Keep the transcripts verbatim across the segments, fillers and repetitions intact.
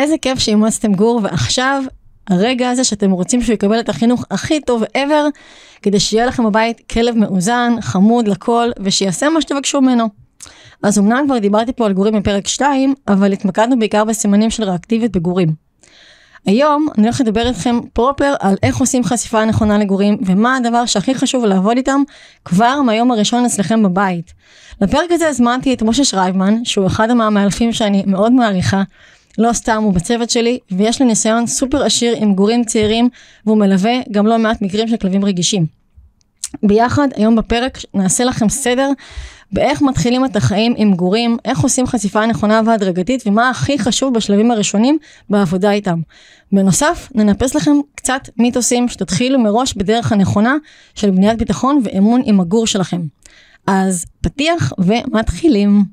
איזה כיף שאימצתם גור, ועכשיו הרגע הזה שאתם רוצים שהוא יקבל את החינוך הכי טוב ever, כדי שיהיה לכם בבית כלב מאוזן, חמוד לכל, ושיעשה מה שתבקשו ממנו. אז אמנם כבר דיברתי פה על גורים בפרק שתיים, אבל התמקדנו בעיקר בסימנים של ריאקטיביות בגורים. היום אני הולך לדבר איתכם פרופר על איך עושים חשיפה נכונה לגורים, ומה הדבר שהכי חשוב לעבוד איתם כבר מהיום הראשון אצלכם בבית. לפרק הזה הזמנתי את משה שרייבמן, שהוא אחד המאלפים שאני מאוד מעריכה, לא סתם הוא בצוות שלי, ויש לי ניסיון סופר עשיר עם גורים צעירים, והוא מלווה גם לא מעט מקרים של כלבים רגישים. ביחד, היום בפרק נעשה לכם סדר, באיך מתחילים את החיים עם גורים, איך עושים חשיפה נכונה והדרגתית, ומה הכי חשוב בשלבים הראשונים בעבודה איתם. בנוסף, ננפס לכם קצת מיתוסים שתתחילו מראש בדרך הנכונה של בניית ביטחון ואמון עם הגור שלכם. אז פתיח ומתחילים.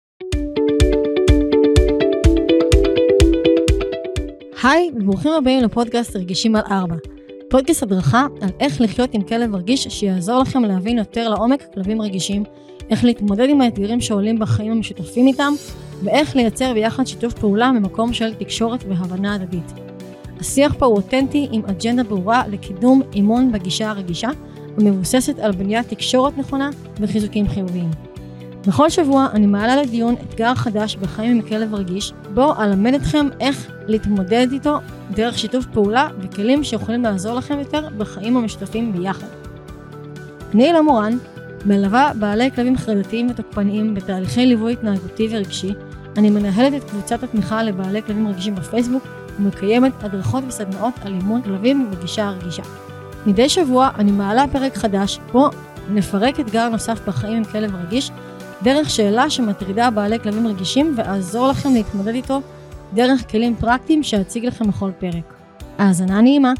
היי, וברוכים הבאים לפודקאסט רגישים על ארבע. פודקאסט הדרכה על איך לחיות עם כלב רגיש שיעזור לכם להבין יותר לעומק כלבים רגישים, איך להתמודד עם האתגרים שעולים בחיים המשותפים איתם, ואיך לייצר ביחד שיתוף פעולה ממקום של תקשורת והבנה הדדית. השיח פה הוא אותנטי עם אג'נדה ברורה לקידום אימון בגישה הרגישה, המבוססת על בניית תקשורת נכונה וחיזוקים חיוביים. בכל שבוע אני מעלה לדיון אתגר חדש בחיים עם כלב רגיש, בו אלמד אתכם איך להתמודד איתו דרך שיתוף פעולה וכלים שיכולים לעזור לכם יותר בחיים המשותפים ביחד. אני אילה מורן, מלווה בעלי כלבים חרדתיים ותוקפניים בתהליכי ליווי התנהגותי ורגשי. אני מנהלת את קבוצת התמיכה לבעלי כלבים רגישים בפייסבוק, ומקיימת הדרכות וסדנאות על אימון כלבים בגישה הרגישה. מדי שבוע אני מעלה פרק חדש, בו נפרק אתגר נוסף בחיים עם כלב רגיש, דרך שאלה שמטרידה בעלי כלבים רגישים, ואעזור לכם להתמודד איתו דרך כלים פרקטיים שאציג לכם בכל פרק. האזנה נעימה.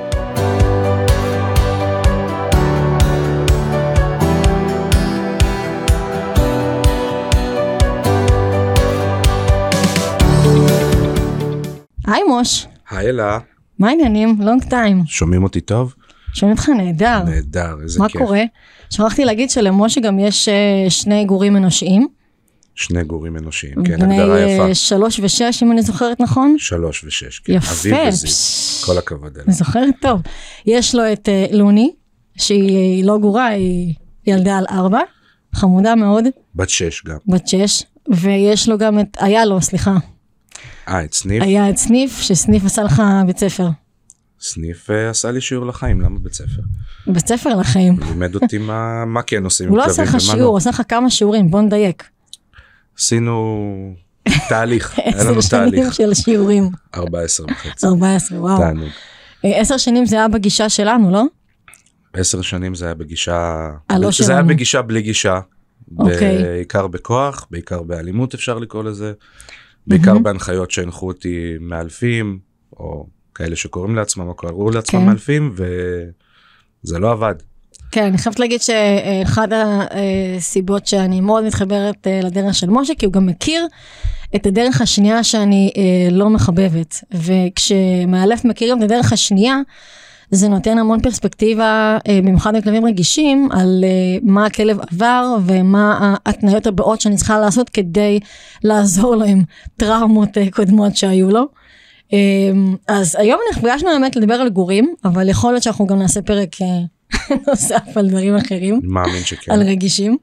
היי מוש. היי אלה. מה העניינים? לונג טיים. שומעים אותי טוב? שומעים אותך נהדר. נהדר, איזה מה כיף. מה קורה? שכחתי להגיד שלמשה גם יש שני גורים אנושיים. שני גורים אנושיים, כן, הגדרה יפה. בני שלוש ושש, אם אני זוכרת נכון? שלוש ושש, כן. יפה. אביב וזיו, כל הכבוד אלה. אני זוכרת טוב. יש לו את לוני, שהיא לא גורה, היא ילדה על ארבע, חמודה מאוד. בת שש גם. בת שש, ויש לו גם את, היה לו, סליחה. אה, את סניף? היה את סניף, שסניף עשה לך בית ספר. סניף uh, עשה לי שיעור לחיים, למה בית ספר? בית ספר לחיים. לימד אותי מה, מה כן עושים עם כלבים. כלבים. הוא לא עשה לך שיעור, הוא עשה לך כמה שיעורים, בוא נדייק. עשינו תהליך, היה לנו עשר שנים תהליך. של שיעורים. ארבע עשר וחצי. ארבע עשרה, וואו. תענוג. עשר שנים זה היה בגישה שלנו, לא? עשר שנים זה היה בגישה, הלא זה היה שלנו. בגישה בלי גישה. אוקיי. בעיקר בכוח, בעיקר באלימות אפשר לקרוא לזה. בעיקר בהנחיות שהנחו אותי מאלפים, או כאלה שקוראים לעצמם, או קראו לעצמם כן. מאלפים, וזה לא עבד. כן, אני חייבת להגיד שאחד הסיבות שאני מאוד מתחברת לדרך של משה, כי הוא גם מכיר את הדרך השנייה שאני לא מחבבת, וכשמאלף מכירים את הדרך השנייה, זה נותן המון פרספקטיבה, במיוחד בכלבים רגישים, על מה הכלב עבר, ומה ההתניות הבאות שאני צריכה לעשות, כדי לעזור לו עם טראומות קודמות שהיו לו. אז היום אנחנו פגשנו באמת לדבר על גורים, אבל יכול להיות שאנחנו גם נעשה פרק נוסף על דברים אחרים. מאמין שכן. על רגישים.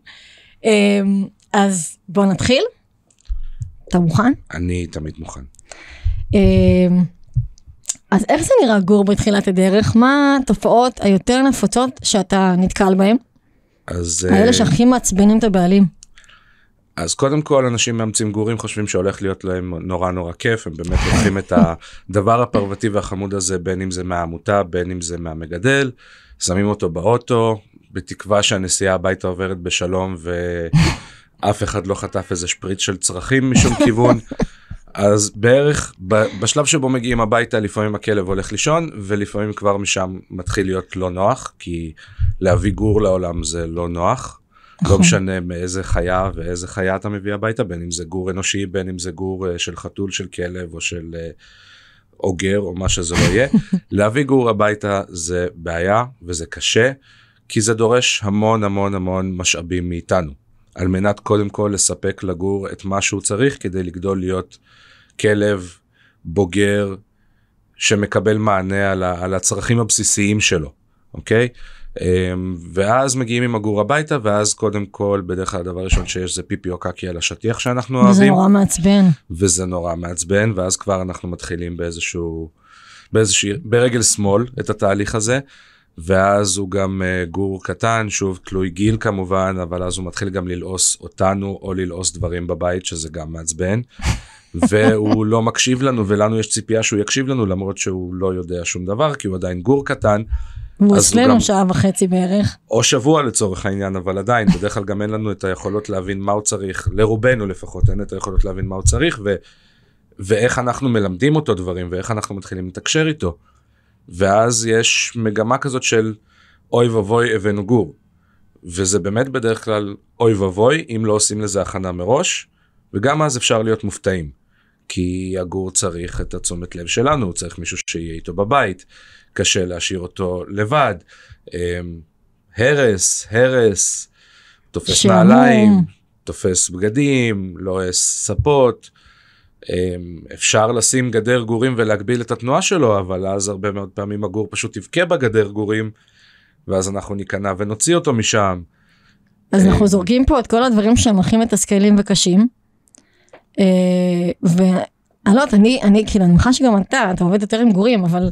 אז בוא נתחיל. אתה מוכן? אני תמיד מוכן. אז איך זה נראה גור בתחילת הדרך? מה התופעות היותר נפוצות שאתה נתקל בהן? אז... האלה שהכי מעצבנים את הבעלים. אז קודם כל, אנשים מאמצים גורים חושבים שהולך להיות להם נורא נורא כיף, הם באמת לוקחים את הדבר הפרוותי והחמוד הזה, בין אם זה מהעמותה, בין אם זה מהמגדל, שמים אותו באוטו, בתקווה שהנסיעה הביתה עוברת בשלום, ואף אחד לא חטף איזה שפריץ של צרכים משום כיוון. אז בערך בשלב שבו מגיעים הביתה, לפעמים הכלב הולך לישון, ולפעמים כבר משם מתחיל להיות לא נוח, כי להביא גור לעולם זה לא נוח. לא משנה מאיזה חיה ואיזה חיה אתה מביא הביתה, בין אם זה גור אנושי, בין אם זה גור של חתול, של כלב או של אוגר או מה שזה לא יהיה. להביא גור הביתה זה בעיה וזה קשה, כי זה דורש המון המון המון משאבים מאיתנו, על מנת קודם כל לספק לגור את מה שהוא צריך כדי לגדול להיות כלב בוגר שמקבל מענה על, ה, על הצרכים הבסיסיים שלו, אוקיי? ואז מגיעים עם הגור הביתה, ואז קודם כל, בדרך כלל הדבר הראשון שיש זה פיפי או קקי על השטיח שאנחנו אוהבים. וזה נורא מעצבן. וזה נורא מעצבן, ואז כבר אנחנו מתחילים באיזשהו, באיזשהו, ברגל שמאל את התהליך הזה, ואז הוא גם uh, גור קטן, שוב תלוי גיל כמובן, אבל אז הוא מתחיל גם ללעוס אותנו, או ללעוס דברים בבית, שזה גם מעצבן, והוא לא מקשיב לנו, ולנו יש ציפייה שהוא יקשיב לנו, למרות שהוא לא יודע שום דבר, כי הוא עדיין גור קטן. והוא אצלנו שעה וחצי בערך. או שבוע לצורך העניין, אבל עדיין, בדרך כלל גם אין לנו את היכולות להבין מה הוא צריך, לרובנו לפחות, אין את היכולות להבין מה הוא צריך, ו... ואיך אנחנו מלמדים אותו דברים, ואיך אנחנו מתחילים לתקשר איתו. ואז יש מגמה כזאת של אוי ובוי הבאנו גור. וזה באמת בדרך כלל אוי ובוי, אם לא עושים לזה הכנה מראש, וגם אז אפשר להיות מופתעים. כי הגור צריך את התשומת לב שלנו, הוא צריך מישהו שיהיה איתו בבית, קשה להשאיר אותו לבד. הרס, הרס, תופס נעליים, תופס בגדים, לועס ספות, אפשר לשים גדר גורים ולהגביל את התנועה שלו, אבל אז הרבה מאוד פעמים הגור פשוט יבכה בגדר גורים, ואז אנחנו ניכנע ונוציא אותו משם. אז אנחנו זורקים פה את כל הדברים שהם הכי מתסכלים וקשים, ואני לא יודעת, אני כאילו, אני מניחה שגם אתה, אתה עובד יותר עם גורים, אבל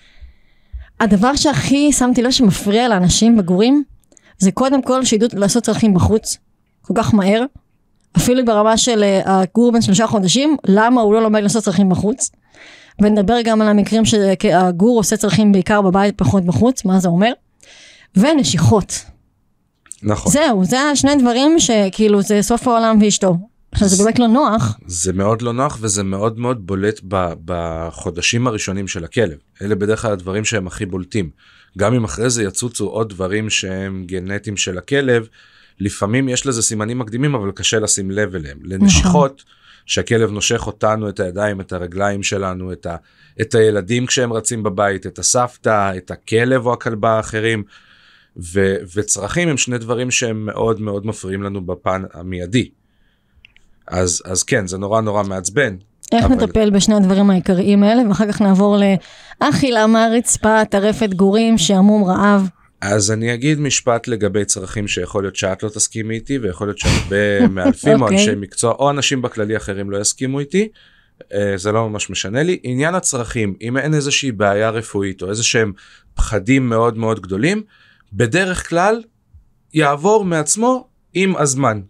הדבר שהכי שמתי לו שמפריע לאנשים בגורים, זה קודם כל שידעו לעשות צרכים בחוץ, כל כך מהר, אפילו ברמה של הגור בן שלושה חודשים, למה הוא לא לומד לעשות צרכים בחוץ, ונדבר גם על המקרים שהגור עושה צרכים בעיקר בבית, פחות בחוץ, מה זה אומר, ונשיכות. נכון. זהו, זה שני דברים שכאילו זה סוף העולם ואשתו. עכשיו זה באמת לא נוח. זה מאוד לא נוח, וזה מאוד מאוד בולט בחודשים הראשונים של הכלב. אלה בדרך כלל הדברים שהם הכי בולטים. גם אם אחרי זה יצוצו עוד דברים שהם גנטיים של הכלב, לפעמים יש לזה סימנים מקדימים, אבל קשה לשים לב אליהם. לנשיכות, שהכלב נושך אותנו, את הידיים, את הרגליים שלנו, את, ה, את הילדים כשהם רצים בבית, את הסבתא, את הכלב או הכלבה האחרים, ו, וצרכים הם שני דברים שהם מאוד מאוד מפריעים לנו בפן המיידי. אז, אז כן, זה נורא נורא מעצבן. איך אבל... נטפל בשני הדברים העיקריים האלה, ואחר כך נעבור לאכילה מהרצפה, טרפת גורים, שעמום רעב. אז אני אגיד משפט לגבי צרכים שיכול להיות שאת לא תסכימי איתי, ויכול להיות שהרבה מאלפים או אנשי מקצוע, או אנשים בכללי אחרים לא יסכימו איתי, זה לא ממש משנה לי. עניין הצרכים, אם אין איזושהי בעיה רפואית, או איזה שהם פחדים מאוד מאוד גדולים, בדרך כלל יעבור מעצמו עם הזמן.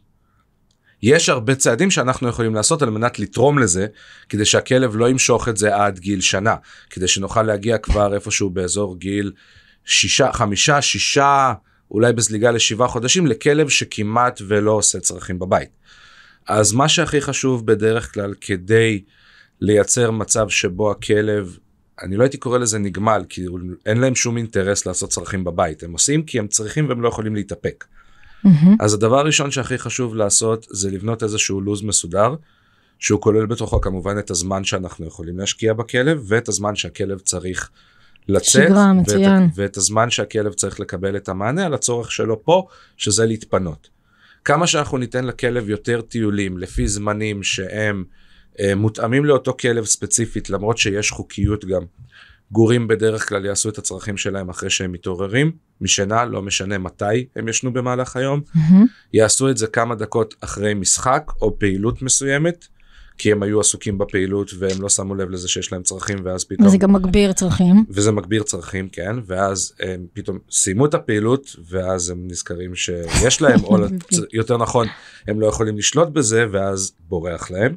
יש הרבה צעדים שאנחנו יכולים לעשות על מנת לתרום לזה, כדי שהכלב לא ימשוך את זה עד גיל שנה, כדי שנוכל להגיע כבר איפשהו באזור גיל שישה, חמישה, שישה, אולי בסליגה לשבעה חודשים, לכלב שכמעט ולא עושה צרכים בבית. אז מה שהכי חשוב בדרך כלל, כדי לייצר מצב שבו הכלב, אני לא הייתי קורא לזה נגמל, כי אין להם שום אינטרס לעשות צרכים בבית, הם עושים כי הם צריכים והם לא יכולים להתאפק. Mm-hmm. אז הדבר הראשון שהכי חשוב לעשות, זה לבנות איזשהו לוז מסודר, שהוא כולל בתוכו כמובן את הזמן שאנחנו יכולים להשקיע בכלב, ואת הזמן שהכלב צריך לצאת, שגרה, מצוין. ואת, ואת הזמן שהכלב צריך לקבל את המענה על הצורך שלו פה, שזה להתפנות. כמה שאנחנו ניתן לכלב יותר טיולים, לפי זמנים שהם אה, מותאמים לאותו כלב ספציפית, למרות שיש חוקיות גם, גורים בדרך כלל יעשו את הצרכים שלהם אחרי שהם מתעוררים, משינה, לא משנה מתי הם ישנו במהלך היום, mm-hmm. יעשו את זה כמה דקות אחרי משחק או פעילות מסוימת, כי הם היו עסוקים בפעילות והם לא שמו לב לזה שיש להם צרכים, ואז פתאום... וזה גם מגביר צרכים. וזה מגביר צרכים, כן, ואז הם פתאום סיימו את הפעילות, ואז הם נזכרים שיש להם, או יותר נכון, הם לא יכולים לשלוט בזה, ואז בורח להם.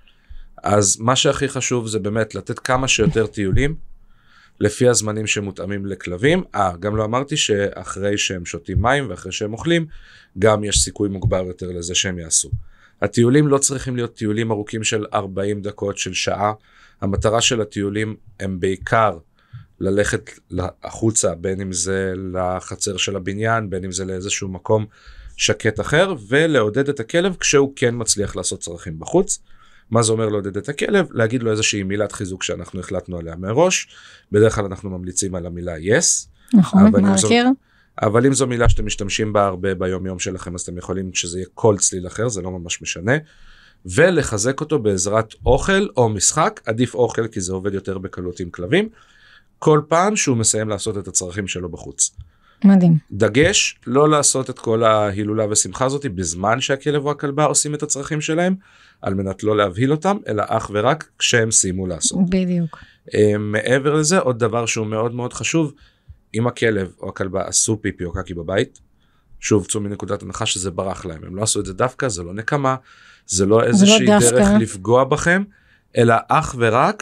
אז מה שהכי חשוב זה באמת לתת כמה שיותר טיולים, לפי הזמנים שמותאמים לכלבים. אה, גם לא אמרתי שאחרי שהם שותים מים ואחרי שהם אוכלים, גם יש סיכוי מוגבר יותר לזה שהם יעשו. הטיולים לא צריכים להיות טיולים ארוכים של ארבעים דקות, של שעה. המטרה של הטיולים הם בעיקר ללכת החוצה, בין אם זה לחצר של הבניין, בין אם זה לאיזשהו מקום שקט אחר, ולעודד את הכלב כשהוא כן מצליח לעשות צרכים בחוץ. מה זה אומר לעודד את הכלב? להגיד לו איזושהי מילת חיזוק שאנחנו החלטנו עליה מראש. בדרך כלל אנחנו ממליצים על המילה yes. נכון, מרקר. אבל אם זו מילה שאתם משתמשים בה הרבה ביום יום שלכם, אז אתם יכולים שזה יהיה כל צליל אחר, זה לא ממש משנה. ולחזק אותו בעזרת אוכל או משחק, עדיף אוכל כי זה עובד יותר בקלות עם כלבים, כל פעם שהוא מסיים לעשות את הצרכים שלו בחוץ. מדהים. דגש, לא לעשות את כל ההילולה ושמחה הזאת בזמן שהכלב או הכלבה עושים את הצרכים שלהם, על מנת לא להבהיל אותם, אלא אך ורק כשהם סיימו לעשות. בדיוק. מעבר לזה, עוד דבר שהוא מאוד מאוד חשוב, אם הכלב או הכלבה עשו פיפי או קקי בבית, שוב צאו מנקודת הנחה שזה ברח להם, הם לא עשו את זה דווקא, זה לא נקמה, זה לא איזושהי לא דרך דווקא. לפגוע בכם, אלא אך ורק,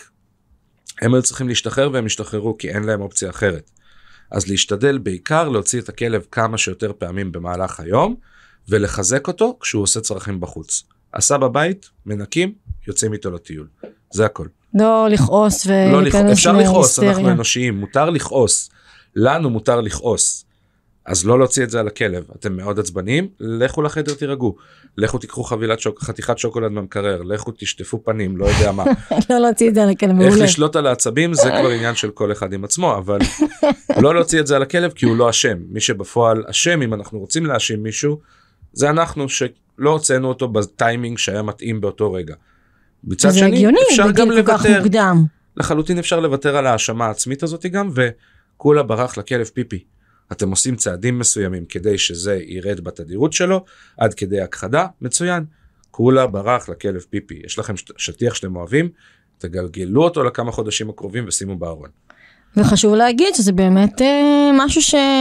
הם היו צריכים להשתחרר והם השתחררו, כי אין להם אופציה אחרת. אז להשתדל בעיקר להוציא את הכלב כמה שיותר פעמים במהלך היום, ולחזק אותו כשהוא עושה צרכים בחוץ. עשה בבית, מנקים, יוצאים איתו לטיול. זה הכל. לא לכעוס ולהיכנס להיסטריה. לא, אפשר לכעוס, אנחנו אנושיים, מותר לכעוס. לנו מותר לכעוס. אז לא להוציא את זה על הכלב. אתם מאוד עצבניים, לכו לחדר תירגעו. לכו תיקחו חבילת שוק, חתיכת שוקולד ממקרר, לכו תשטפו פנים, לא יודע מה. לא להוציא את זה על הכלב, מעולה. איך לשלוט על העצבים, זה כבר עניין של כל אחד עם עצמו, אבל לא להוציא את זה על הכלב, כי הוא לא אשם. מי שבפועל אשם, אם אנחנו רוצים להאשים מישהו, זה אנחנו שלא הוצאנו אותו בטיימינג שהיה מתאים באותו רגע. בצד שני, אפשר גם לוותר. לחלוטין אפשר לוותר על האשמה העצמית הזאת גם, וכולה ברח לכלב פיפי. אתם עושים צעדים מסוימים כדי שזה ירד בתדירות שלו, עד כדי הכחדה, מצוין. כולה ברח לכלב פיפי. יש לכם שטיח שאתם אוהבים, תגלגלו אותו לכמה חודשים הקרובים ושימו בארון. וחשוב להגיד שזה באמת אה, משהו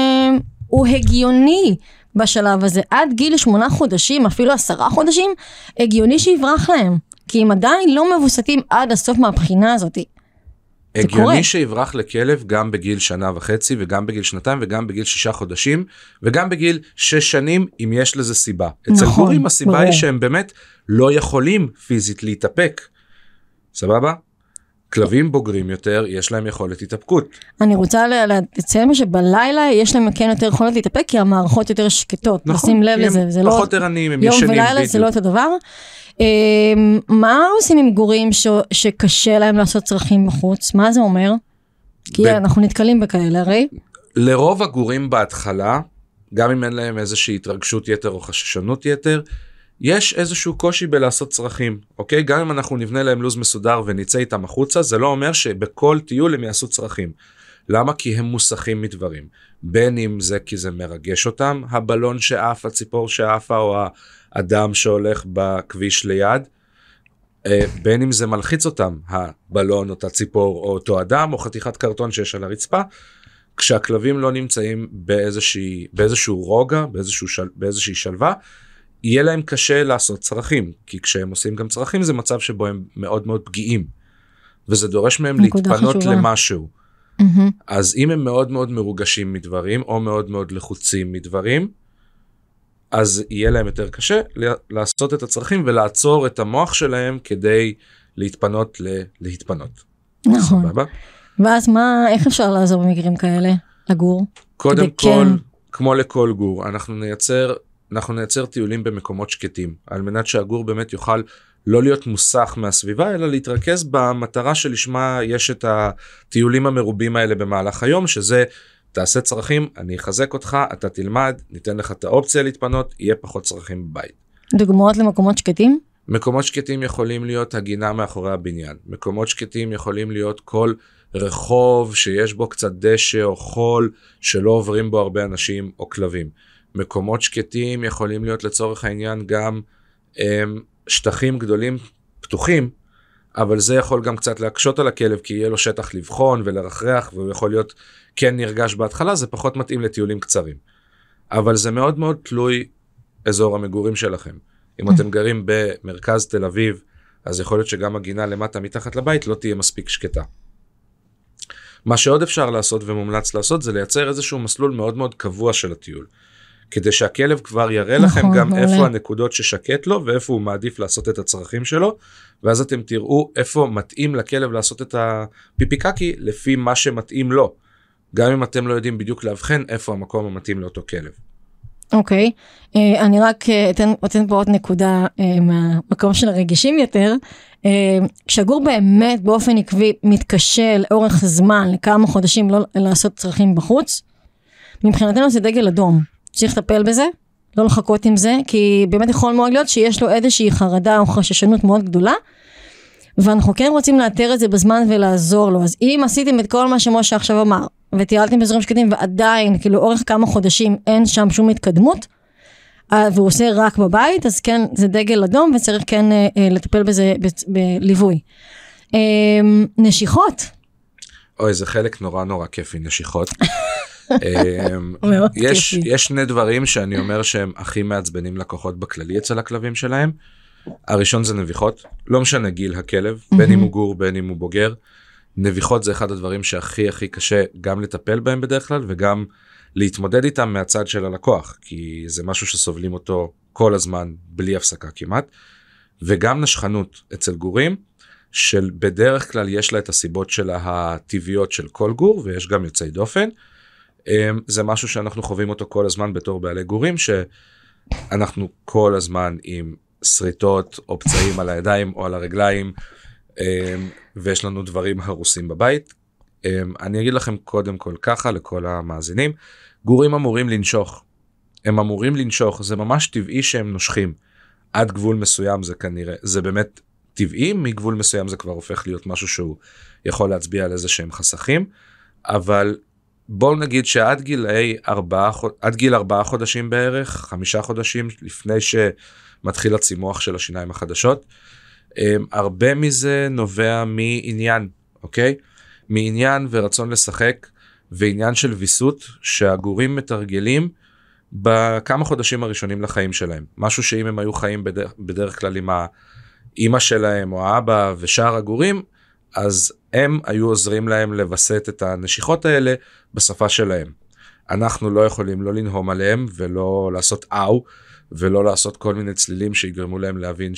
שהוא הגיוני בשלב הזה. עד גיל שמונה חודשים, אפילו עשרה חודשים, הגיוני שיברח להם. כי הם עדיין לא מבוסתים עד הסוף מהבחינה הזאת. הגיוני שיברח לכלב גם בגיל שנה וחצי, וגם בגיל שנתיים, וגם בגיל שישה חודשים, וגם בגיל שש שנים, אם יש לזה סיבה. אצל גורים הסיבה היא שהם באמת לא יכולים פיזית להתאפק. סבבה? כלבים בוגרים יותר, יש להם יכולת התאפקות. אני רוצה לציין שבלילה יש להם כן יותר יכולת להתאפק, כי המערכות יותר שקטות. נשים לב לזה. זה פחות ערניים, הם ישנים. יום ולילה זה לא אותו דבר. מה עושים עם גורים שקשה להם לעשות צרכים בחוץ? מה זה אומר? כי אנחנו נתקלים בכאלה, הרי? לרוב הגורים בהתחלה, גם אם אין להם איזושהי התרגשות יתר או חששנות יתר, יש איזשהו קושי בלעשות צרכים, אוקיי? גם אם אנחנו נבנה להם לוז מסודר וניצא איתם החוצה, זה לא אומר שבכל טיול הם יעשו צרכים. למה? כי הם מוסכים מדברים. בין אם זה כי זה מרגש אותם, הבלון שאף, הציפור שאפה, או האדם שהולך בכביש ליד, בין אם זה מלחיץ אותם, הבלון, אותה ציפור, או אותו אדם, או חתיכת קרטון שיש על הרצפה, כשהכלבים לא נמצאים באיזושהי, באיזשהו רוגע, באיזשהו של, באיזושהי שלווה, יהיה להם קשה לעשות צרכים, כי כשהם עושים גם צרכים, זה מצב שבו הם מאוד מאוד פגיעים, וזה דורש מהם להתפנות חשובה. למשהו. Mm-hmm. אז אם הם מאוד מאוד מרוגשים מדברים, או מאוד מאוד לחוצים מדברים, אז יהיה להם יותר קשה לעשות את הצרכים, ולעצור את המוח שלהם, כדי להתפנות ל- להתפנות. נכון. סבבה? ואז מה, איך אפשר לעזור במקרים כאלה, לגור? קודם כל, כן... כמו לכל גור, אנחנו נייצר, אנחנו נייצר טיולים במקומות שקטים, על מנת שהגור באמת יוכל לא להיות מוסך מהסביבה, אלא להתרכז במטרה שלשמה יש את הטיולים המרובים האלה במהלך היום, שזה תעשה צרכים, אני אחזק אותך, אתה תלמד, ניתן לך את האופציה להתפנות, יהיה פחות צרכים בבית. דוגמאות למקומות שקטים? מקומות שקטים יכולים להיות הגינה מאחורי הבניין. מקומות שקטים יכולים להיות כל רחוב שיש בו קצת דשא או חול, שלא עוברים בו הרבה אנשים או כלבים. מקומות שקטים יכולים להיות לצורך העניין גם הם, שטחים גדולים פתוחים, אבל זה יכול גם קצת להקשות על הכלב, כי יהיה לו שטח לבחון ולרחרח, והוא יכול להיות כן נרגש בהתחלה, זה פחות מתאים לטיולים קצרים. אבל זה מאוד מאוד תלוי אזור המגורים שלכם. אם אתם גרים במרכז תל אביב, אז יכול להיות שגם הגינה למטה מתחת לבית לא תהיה מספיק שקטה. מה שעוד אפשר לעשות ומומלץ לעשות, זה לייצר איזשהו מסלול מאוד מאוד קבוע של הטיול. כדי שהכלב כבר יראה לכם נכון, גם מעולה. איפה הנקודות ששקט לו, ואיפה הוא מעדיף לעשות את הצרכים שלו, ואז אתם תראו איפה מתאים לכלב לעשות את הפיפיקקי, לפי מה שמתאים לו. גם אם אתם לא יודעים בדיוק להבחן איפה המקום המתאים לאותו כלב. אוקיי, okay. uh, אני רק אתן, אתן פה עוד נקודה uh, מהמקום של הרגישים יותר. Uh, כשהגור באמת באופן עקבי מתקשה לאורך זמן, לכמה חודשים לא לעשות צרכים בחוץ, מבחינתנו זה דגל אדום. צריך לטפל בזה, לא לחכות עם זה, כי באמת יכול מאוד להיות שיש לו איזושהי חרדה או חששנות מאוד גדולה, ואנחנו כן רוצים לאתר את זה בזמן ולעזור לו. אז אם עשיתם את כל מה שמשה עכשיו אמר, וטיילתם באזורים שקטים, ועדיין, כאילו, אורך כמה חודשים אין שם שום התקדמות, והוא עושה רק בבית, אז כן, זה דגל אדום, וצריך כן לטפל בזה בליווי. נשיכות. אוי, זה חלק נורא נורא כיפי, נשיכות. יש, יש שני דברים שאני אומר שהם הכי מעצבנים לקוחות בכללי אצל הכלבים שלהם. הראשון זה נביחות, לא משנה גיל הכלב, בין אם הוא גור, בין אם הוא בוגר. נביחות זה אחד הדברים שהכי הכי קשה גם לטפל בהם בדרך כלל, וגם להתמודד איתם מהצד של הלקוח, כי זה משהו שסובלים אותו כל הזמן, בלי הפסקה כמעט. וגם נשכנות אצל גורים, של בדרך כלל יש לה את הסיבות שלה הטבעיות של כל גור, ויש גם יוצאי דופן. זה משהו שאנחנו חווים אותו כל הזמן בתור בעלי גורים, שאנחנו כל הזמן עם שריטות או פצעים על הידיים או על הרגליים, ויש לנו דברים הרוסים בבית. אני אגיד לכם קודם כל ככה לכל המאזינים, גורים אמורים לנשוך, הם אמורים לנשוך, זה ממש טבעי שהם נושכים, עד גבול מסוים זה כנראה, זה באמת טבעי, מגבול מסוים זה כבר הופך להיות משהו שהוא יכול להצביע על איזה שהם חסכים, אבל בואו נגיד שעד גיל ארבעה, עד גיל ארבעה חודשים בערך, חמישה חודשים לפני שמתחיל הצימוח של השיניים החדשות, הרבה מזה נובע מעניין, אוקיי? מעניין ורצון לשחק, ועניין של ויסות שהגורים מתרגלים בכמה חודשים הראשונים לחיים שלהם. משהו שאם הם היו חיים בדרך, בדרך כלל עם האמא שלהם או האבא ושאר הגורים, אז הם היו עוזרים להם לבסט את הנשיכות האלה בשפה שלהם. אנחנו לא יכולים לא לנהום עליהם ולא לעשות אאו, ולא לעשות כל מיני צלילים שיגרמו להם להבין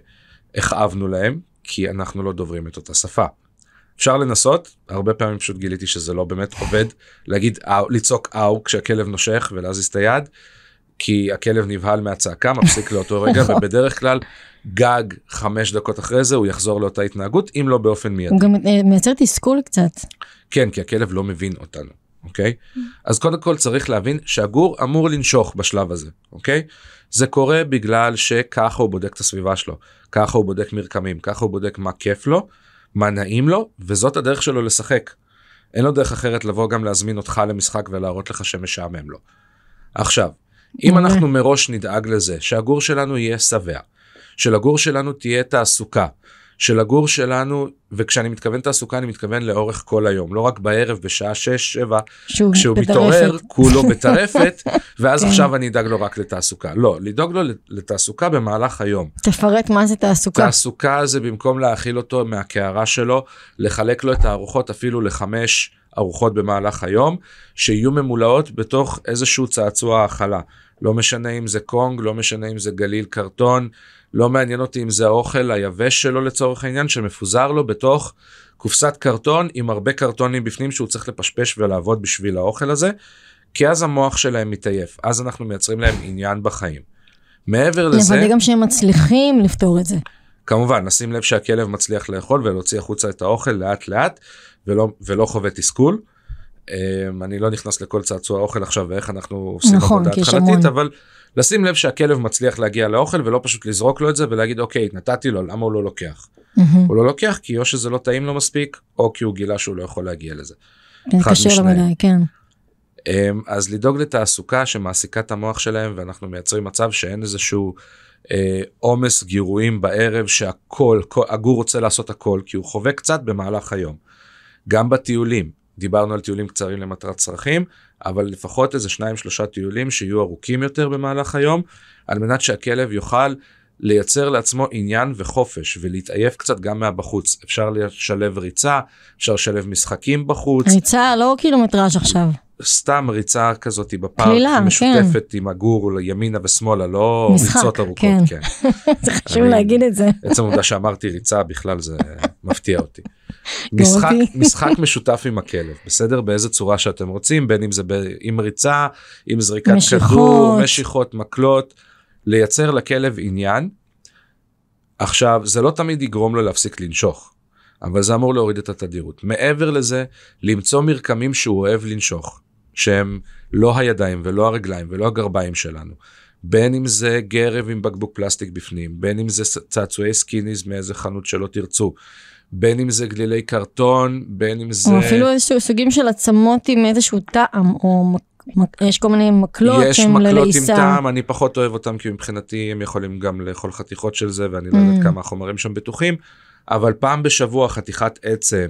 שהכאבנו להם, כי אנחנו לא דוברים את אותה שפה. אפשר לנסות, הרבה פעמים פשוט גיליתי שזה לא באמת עובד, להגיד אאו, לצעוק אאו כשהכלב נושך ולהזיז את היד, כי הכלב נבהל מהצעקה, מפסיק לאותו רגע, ובדרך כלל גג חמש דקות אחרי זה הוא יחזור לאותה התנהגות, אם לא באופן מיידי. הוא גם מייצר תסכול קצת. כן, כי הכלב לא מבין אותנו, אוקיי? אז קודם כל צריך להבין שהגור אמור לנשוך בשלב הזה, אוקיי? זה קורה בגלל שככה הוא בודק את הסביבה שלו, ככה הוא בודק מרקמים, ככה הוא בודק מה כיף לו, מה נעים לו, וזאת הדרך שלו לשחק. אין לו דרך אחרת לבוא גם להזמין אותך למשחק ולהראות לך שמשעמם לו. עכשיו, אם אנחנו מראש נדאג לזה, שהגור שלנו יהיה שבע, שלגור שלנו תהיה תעסוקה, שלגור שלנו, וכשאני מתכוון תעסוקה, אני מתכוון לאורך כל היום, לא רק בערב בשעה שש, שבע, כשהוא מתעורר, כולו בטרפת, ואז עכשיו אני אדאג לו רק לתעסוקה. לא, לדאוג לו לתעסוקה במהלך היום. תפרט מה זה תעסוקה. תעסוקה זה במקום להאכיל אותו מהקערה שלו, לחלק לו את הארוחות אפילו לחמש ארוחות במהלך היום, שיהיו ממולאות בתוך איזשהו צעצוע האכלה. לא משנה אם זה קונג, לא משנה אם זה גליל קרטון, לא מעניין אותי אם זה האוכל היבש שלו לצורך העניין, שמפוזר לו בתוך קופסת קרטון, עם הרבה קרטונים בפנים שהוא צריך לפשפש ולעבוד בשביל האוכל הזה, כי אז המוח שלהם מתעייף, אז אנחנו מייצרים להם עניין בחיים. מעבר לזה... נוודא גם שהם מצליחים לפתור את זה. כמובן, נשים לב שהכלב מצליח לאכול ולהוציא החוצה את האוכל לאט לאט, ולא, ולא חווה תסכול. אני לא נכנס לכל צעצוע האוכל עכשיו ואיך אנחנו עושים עבודה התחלתית, אבל לשים לב שהכלב מצליח להגיע לאוכל ולא פשוט לזרוק לו את זה ולהגיד אוקיי, נתתי לו, למה הוא לא לוקח? הוא לא לוקח כי או שזה לא טעים לו מספיק, או כי הוא גילה שהוא לא יכול להגיע לזה. קשה לו מדי, כן. אז לדאוג לתעסוקה שמעסיקה את המוח שלהם, ואנחנו מייצרים מצב שאין איזשהו עומס גירויים בערב, שהכל, הגור רוצה לעשות הכל, כי הוא חווה קצת במהלך היום. גם בטיולים. דיברנו על טיולים קצרים למטרת צרכים, אבל לפחות איזה שניים שלושה טיולים שיהיו ארוכים יותר במהלך היום, על מנת שהכלב יוכל לייצר לעצמו עניין וחופש, ולהתעייף קצת גם מהבחוץ. אפשר לשלב ריצה, אפשר לשלב משחקים בחוץ. ריצה, לא קילומטראז' עכשיו. סתם ריצה כזאת בפארק, קלילה, משותפת כן. עם הגור ימינה ושמאלה, לא משחק, ריצות ארוכות. כן. כן. זה חשוב אני, להגיד את זה. עצם עובדה שאמרתי ריצה, בכלל זה מפתיע אותי. משחק, משחק משותף עם הכלב, בסדר? באיזה צורה שאתם רוצים, בין אם זה ב, עם ריצה, עם זריקת משיכות. כדור, משיכות, מקלות, לייצר לכלב עניין. עכשיו, זה לא תמיד יגרום לו להפסיק לנשוך, אבל זה אמור להוריד את התדירות. מעבר לזה, למצוא מרקמים שהוא אוהב לנשוך, שהם לא הידיים ולא הרגליים ולא הגרביים שלנו, בין אם זה גרב עם בקבוק פלסטיק בפנים, בין אם זה צעצועי סקיניז מאיזה חנות שלא תרצו, בין אם זה גלילי קרטון, בין אם זה... או אפילו איזשהו סוגים של עצמות עם איזשהו טעם, או יש כל מיני מקלות שהם ללעיסה. יש מקלות עם טעם, אני פחות אוהב אותם, כי מבחינתי הם יכולים גם לאכול חתיכות של זה, ואני לא יודעת כמה החומרים שם בטוחים, אבל פעם בשבוע חתיכת עצם,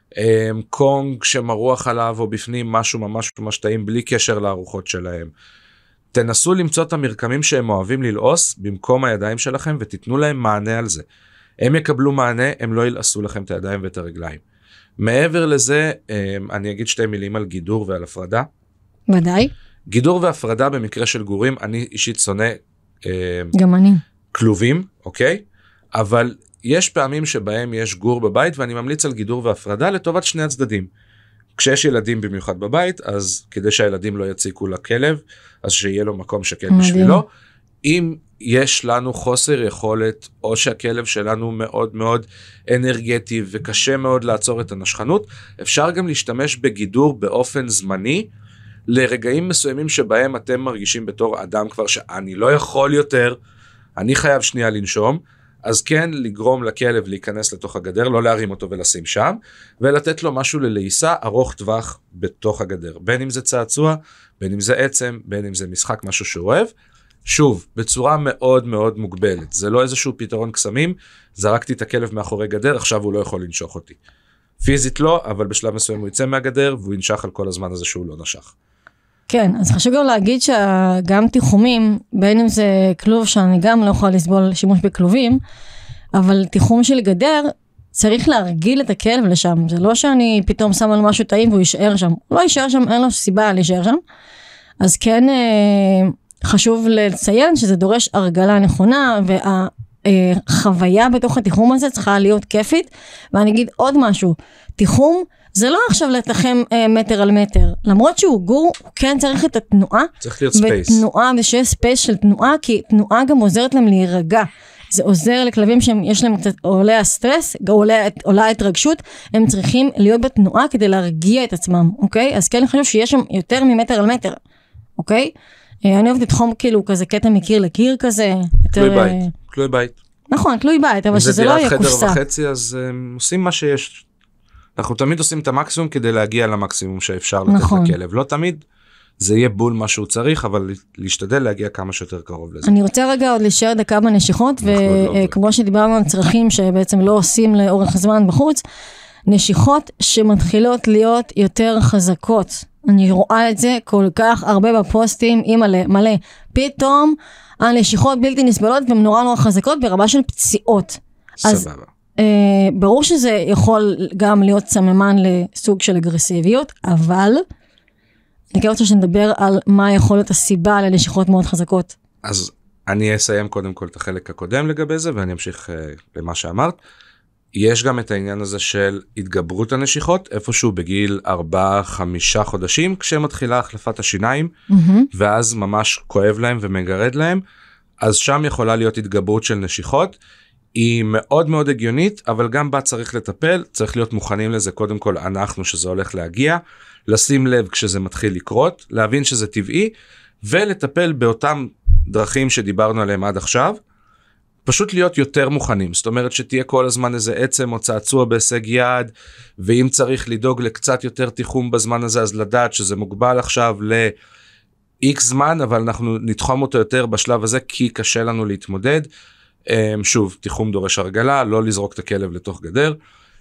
קונג שמרוח עליו או בפנים משהו ממש ממש טעים, בלי קשר לארוחות שלהם. תנסו למצוא את המרקמים שהם אוהבים ללעוס במקום הידיים שלכם, ותיתנו להם מענה על זה. הם יקבלו מענה, הם לא ילעסו לכם את הידיים ואת הרגליים. מעבר לזה, אני אגיד שתי מילים על גידור ועל הפרדה. ודאי. גידור והפרדה במקרה של גורים, אני אישית שונא... גם אני. כלובים, אוקיי? אבל יש פעמים שבהם יש גור בבית, ואני ממליץ על גידור והפרדה לטובת שני הצדדים. כשיש ילדים במיוחד בבית, אז כדי שהילדים לא יציקו לכלב, אז שיהיה לו מקום שקט בשבילו. אם יש לנו חוסר יכולת, או שהכלב שלנו מאוד מאוד אנרגטי, וקשה מאוד לעצור את הנשכנות, אפשר גם להשתמש בגידור באופן זמני, לרגעים מסוימים שבהם אתם מרגישים בתור אדם כבר שאני לא יכול יותר, אני חייב שנייה לנשום, אז כן לגרום לכלב להיכנס לתוך הגדר, לא להרים אותו ולשים שם, ולתת לו משהו ללעיסה ארוך טווח בתוך הגדר, בין אם זה צעצוע, בין אם זה עצם, בין אם זה משחק, משהו שהוא אוהב, שוב, בצורה מאוד מאוד מוגבלת, זה לא איזשהו פתרון קסמים, זרקתי את הכלב מאחורי גדר, עכשיו הוא לא יכול לנשוך אותי. פיזית לא, אבל בשלב מסוים הוא יצא מהגדר, והוא ינשך על כל הזמן הזה שהוא לא נשך. כן, אז חשוב גם להגיד שגם תיחומים, בין אם זה כלוב שאני גם לא יכולה לסבול שימוש בכלובים, אבל תיחום של גדר, צריך להרגיל את הכלב לשם, זה לא שאני פתאום שם על משהו טעים והוא יישאר שם, הוא לא יישאר שם, אין לו סיבה להישאר שם, אז כן חשוב לציין שזה דורש הרגלה נכונה, והחוויה בתוך התיחום הזה צריכה להיות כיפית, ואני אגיד עוד משהו, תיחום, זה לא עכשיו לתחם אה, מטר על מטר, למרות שהוא גור, הוא כן צריך את התנועה. צריך להיות ספייס. ותנועה, ושיש ספייס של תנועה, כי תנועה גם עוזרת להם להירגע. זה עוזר לכלבים שיש להם קצת עולה הסטרס, עולה, עולה התרגשות, הם צריכים להיות בתנועה כדי להרגיע את עצמם, אוקיי? אז כן חשוב שיש שם יותר ממטר על מטר, אוקיי? אה, אני אוהבת לתחום כאילו כזה קטע מקיר לקיר כזה. תלוי יותר, בית, אה... תלוי בית. נכון, תלוי בית, אבל שזה לא יהיה קופסה. אם זה דירת חדר וחצי, אז הם עושים מה שיש. אנחנו תמיד עושים את המקסימום כדי להגיע למקסימום שאפשר לתת נכון. לכלב. לא תמיד זה יהיה בול מה שהוא צריך, אבל להשתדל להגיע כמה שיותר קרוב לזה. אני רוצה רגע עוד להישאר דקה בנשיכות, וכמו לא שדיברנו על צרכים שבעצם לא עושים לאורך זמן בחוץ, נשיכות שמתחילות להיות יותר חזקות. אני רואה את זה כל כך הרבה בפוסטים, אימא'לה, מלא. פתאום הנשיכות בלתי נסבלות והן נורא נורא חזקות ברמה של פציעות. סבבה. Uh, ברור שזה יכול גם להיות סממן לסוג של אגרסיביות, אבל אני כן רוצה שנדבר על מה יכול להיות הסיבה לנשיכות מאוד חזקות. אז אני אסיים קודם כל את החלק הקודם לגבי זה, ואני אמשיך uh, למה שאמרת. יש גם את העניין הזה של התגברות הנשיכות, איפשהו בגיל ארבעה, חמישה חודשים, כשמתחילה החלפת השיניים, mm-hmm. ואז ממש כואב להם ומגרד להם, אז שם יכולה להיות התגברות של נשיכות, היא מאוד מאוד הגיונית, אבל גם בה צריך לטפל, צריך להיות מוכנים לזה קודם כל אנחנו שזה הולך להגיע, לשים לב כשזה מתחיל לקרות, להבין שזה טבעי, ולטפל באותם דרכים שדיברנו עליהם עד עכשיו, פשוט להיות יותר מוכנים, זאת אומרת שתהיה כל הזמן איזה עצם או צעצוע בהישג יד, ואם צריך לדאוג לקצת יותר תיחום בזמן הזה, אז לדעת שזה מוגבל עכשיו ל-X זמן, אבל אנחנו נתחום אותו יותר בשלב הזה, כי קשה לנו להתמודד, שוב, תיחום דורש הרגלה, לא לזרוק את הכלב לתוך גדר,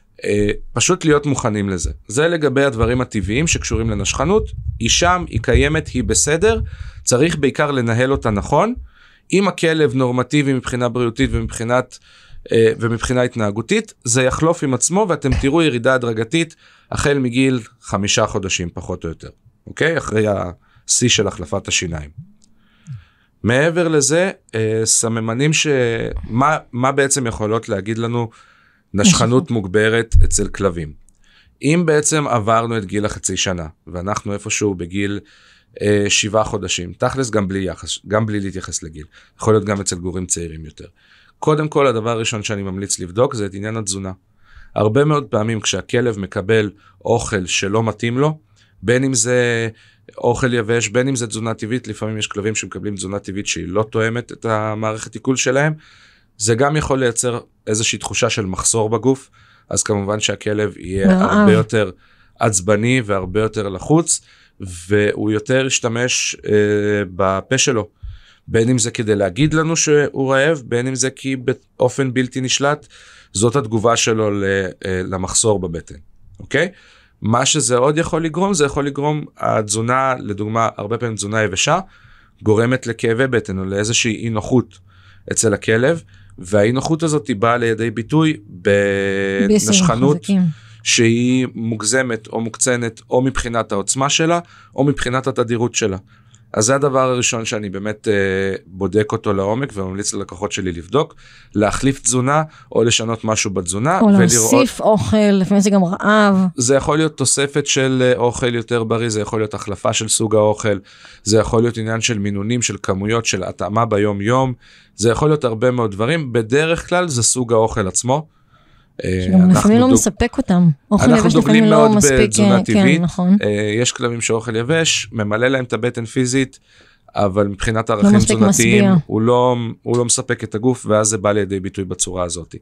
פשוט להיות מוכנים לזה. זה לגבי הדברים הטבעיים שקשורים לנשכנות, היא שם, היא קיימת, היא בסדר, צריך בעיקר לנהל אותה נכון, אם הכלב נורמטיבי מבחינה בריאותית ומבחינת, ומבחינה התנהגותית, זה יחלוף עם עצמו ואתם תראו ירידה הדרגתית החל מגיל חמישה חודשים פחות או יותר, אוקיי? אחרי השיא של החלפת השיניים. מעבר לזה, סממנים שמה מה בעצם יכולות להגיד לנו נשכנות מוגברת אצל כלבים. אם בעצם עברנו את גיל החצי שנה, ואנחנו איפשהו בגיל אה, שבעה חודשים, תכלס גם בלי יחס, גם בלי להתייחס לגיל, יכול להיות גם אצל גורים צעירים יותר. קודם כל, הדבר הראשון שאני ממליץ לבדוק זה את עניין התזונה. הרבה מאוד פעמים כשהכלב מקבל אוכל שלא מתאים לו, בין אם זה אוכל יבש, בין אם זה תזונה טבעית, לפעמים יש כלבים שמקבלים תזונה טבעית שהיא לא תואמת את המערכת עיכול שלהם, זה גם יכול לייצר איזושהי תחושה של מחסור בגוף, אז כמובן שהכלב יהיה ברעב. הרבה יותר עצבני והרבה יותר לחוץ, והוא יותר ישתמש אה, בפה שלו, בין אם זה כדי להגיד לנו שהוא רעב, בין אם זה כי באופן בלתי נשלט, זאת התגובה שלו למחסור בבטן, אוקיי? מה שזה עוד יכול לגרום, זה יכול לגרום, התזונה, לדוגמה, הרבה פעמים תזונה יבשה, גורמת לכאבי בטן או לאיזושהי אי נוחות אצל הכלב, והאי נוחות הזאת היא באה לידי ביטוי בנשכנות, שהיא מוגזמת או מוקצנת, או מבחינת העוצמה שלה, או מבחינת התדירות שלה. אז זה הדבר הראשון שאני באמת אה, בודק אותו לעומק, וממליץ ללקוחות שלי לבדוק, להחליף תזונה, או לשנות משהו בתזונה. או ולראות, להוסיף אוכל, לפעמים זה גם רעב. זה יכול להיות תוספת של אוכל יותר בריא, זה יכול להיות החלפה של סוג האוכל, זה יכול להיות עניין של מינונים, של כמויות, של התאמה ביום יום, זה יכול להיות הרבה מאוד דברים, בדרך כלל זה סוג האוכל עצמו. שגם לפעמים לא מספק אותם. אנחנו דוגלים מאוד בתזונה טבעית, יש כלבים שאוכל יבש, ממלא להם את הבטן פיזית, אבל מבחינת ערכים תזונתיים, הוא לא, הוא לא מספק את הגוף, ואז זה בא לידי ביטוי בצורה הזאת.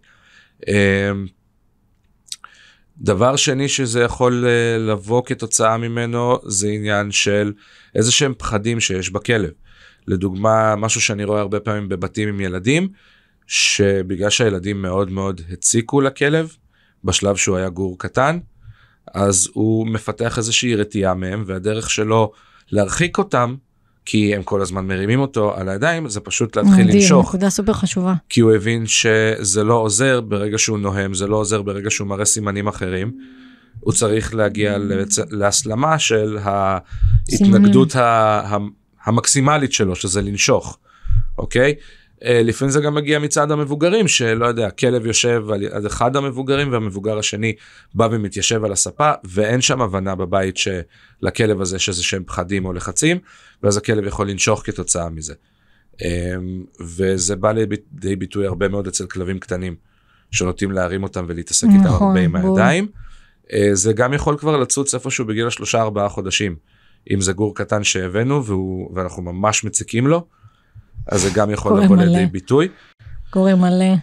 דבר שני שזה יכול לבוא כתוצאה ממנו, זה עניין של איזה שהם פחדים שיש בכלב. לדוגמה, משהו שאני רואה הרבה פעמים בבתים עם ילדים, שבגלל שהילדים מאוד מאוד הציקו לכלב, בשלב שהוא היה גור קטן, אז הוא מפתח איזושהי רתיעה מהם, והדרך שלו להרחיק אותם, כי הם כל הזמן מרימים אותו על הידיים, זה פשוט להתחיל לנשוך. נקודה סופר חשובה. כי הוא הבין שזה לא עוזר ברגע שהוא נוהם, זה לא עוזר ברגע שהוא מראה סימנים אחרים, הוא צריך להגיע להסלמה של ההתנגדות המקסימלית שלו, שזה לנשוך, אוקיי? לפעמים זה גם מגיע מצד המבוגרים, שלא יודע, כלב יושב על אחד המבוגרים, והמבוגר השני בא ומתיישב על הספה, ואין שם הבנה בבית שלכלב הזה שזה שהם פחדים או לחצים, ואז הכלב יכול לנשוך כתוצאה מזה. וזה בא לידי ביטוי הרבה מאוד אצל כלבים קטנים, שנוטים להרים אותם ולהתעסק איתם הרבה עם הידיים. זה גם יכול כבר לצוץ איפשהו בגיל השלושה ארבעה חודשים, אם זה גור קטן שהבאנו, ואנחנו ממש מציקים לו, אז זה גם יכול לבוא לידי ביטוי. גורים מלא.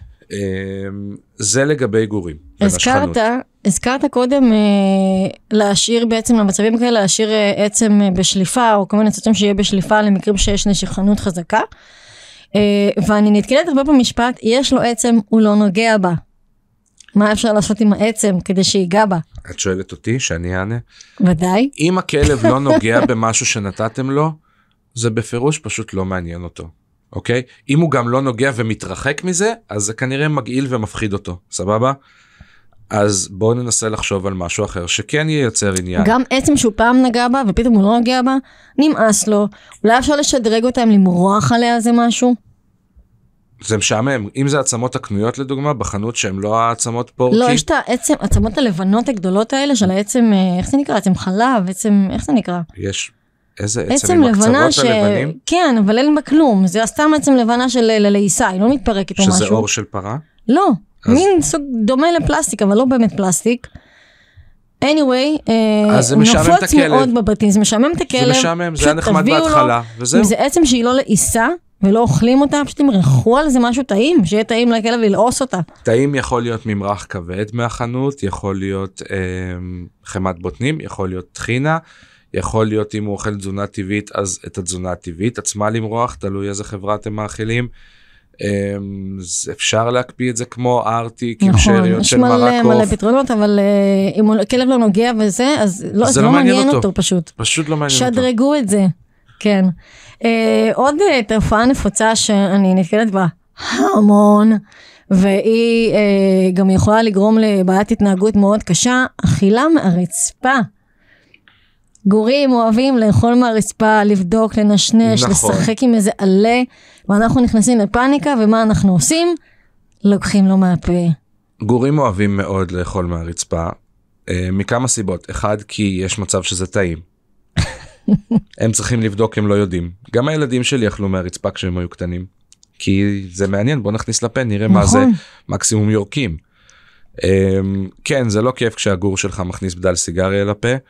זה לגבי גורים. הזכרת, הזכרת קודם להשאיר בעצם למצבים כאלה, להשאיר עצם בשליפה, או כל מיני צוצים שיהיה בשליפה למקרים שיש נשיכנות חזקה. ואני נתקלת הרבה במשפט, יש לו עצם, הוא לא נוגע בה. מה אפשר לעשות עם העצם כדי שיגע בה? את שואלת אותי שאני אענה? ודאי. אם הכלב לא נוגע במשהו שנתתם לו, זה בפירוש פשוט לא מעניין אותו. אוקיי? אם הוא גם לא נוגע ומתרחק מזה, אז זה כנראה מגעיל ומפחיד אותו. סבבה? אז בואו ננסה לחשוב על משהו אחר, שכן ייצר עניין. גם עצם שהוא פעם נגע בה, ופתאום הוא לא נוגע בה, נמאס לו. אולי אפשר לשדרג אותה עם למרוח עליה זה משהו? זה משעמם. אם זה עצמות הקנויות לדוגמה, בחנות שהן לא העצמות פורקי. לא, יש את העצם, עצמות הלבנות הגדולות האלה, של העצם, איך זה נקרא? עצם חלב, עצם, איך זה נקרא? יש... איזה עצם עם הקצוות ש... הלבנים? כן, אבל אין בה כלום. זה סתם עצם לבנה של לעיסה, היא לא מתפרקת או משהו. שזה אור של פרה? לא, אז... מין סוג דומה לפלסטיק, אבל לא באמת פלסטיק. anyway, אז זה משעמם את הכלב. מאוד בבתים, זה משעמם את הכלב. זה משעמם, זה היה נחמד בהתחלה, וזהו. אם זה עצם שהיא לא לעיסה, ולא אוכלים אותה, פשוט ימרחו על זה משהו טעים, שיהיה טעים לכלב ללעוס אותה. טעים יכול להיות ממרח כבד מהחנות, יכול להיות אה, חמת בוטנים, יכול להיות טחינה, יכול להיות אם הוא אוכל תזונה טבעית, אז את התזונה הטבעית עצמה למרוח, תלוי איזה חברה אתם מאכילים. אפשר להקפיא את זה כמו ארטיק, עם שאריות של מרק עוף. נכון, יש מלא פתרונות, אבל אם כלב לא נוגע וזה, אז זה לא מעניין אותו פשוט. פשוט לא מעניין אותו. שדרגו את זה, כן. עוד תופעה נפוצה שאני נתקלת בה המון, והיא גם יכולה לגרום לבעיית התנהגות מאוד קשה, אכילה מהרצפה. גורים אוהבים לאכול מהרצפה, לבדוק, לנשנש, נכון. לשחק עם איזה עלה, ואנחנו נכנסים לפאניקה, ומה אנחנו עושים? לוקחים לו מהפה. גורים אוהבים מאוד לאכול מהרצפה, מכמה סיבות. אחד, כי יש מצב שזה טעים. הם צריכים לבדוק, הם לא יודעים. גם הילדים שלי אכלו מהרצפה כשהם היו קטנים, כי זה מעניין, בוא נכניס לפה, נראה נכון. מה זה מקסימום יורקים. כן, זה לא כיף כשהגור שלך מכניס בדל סיגריה לפה,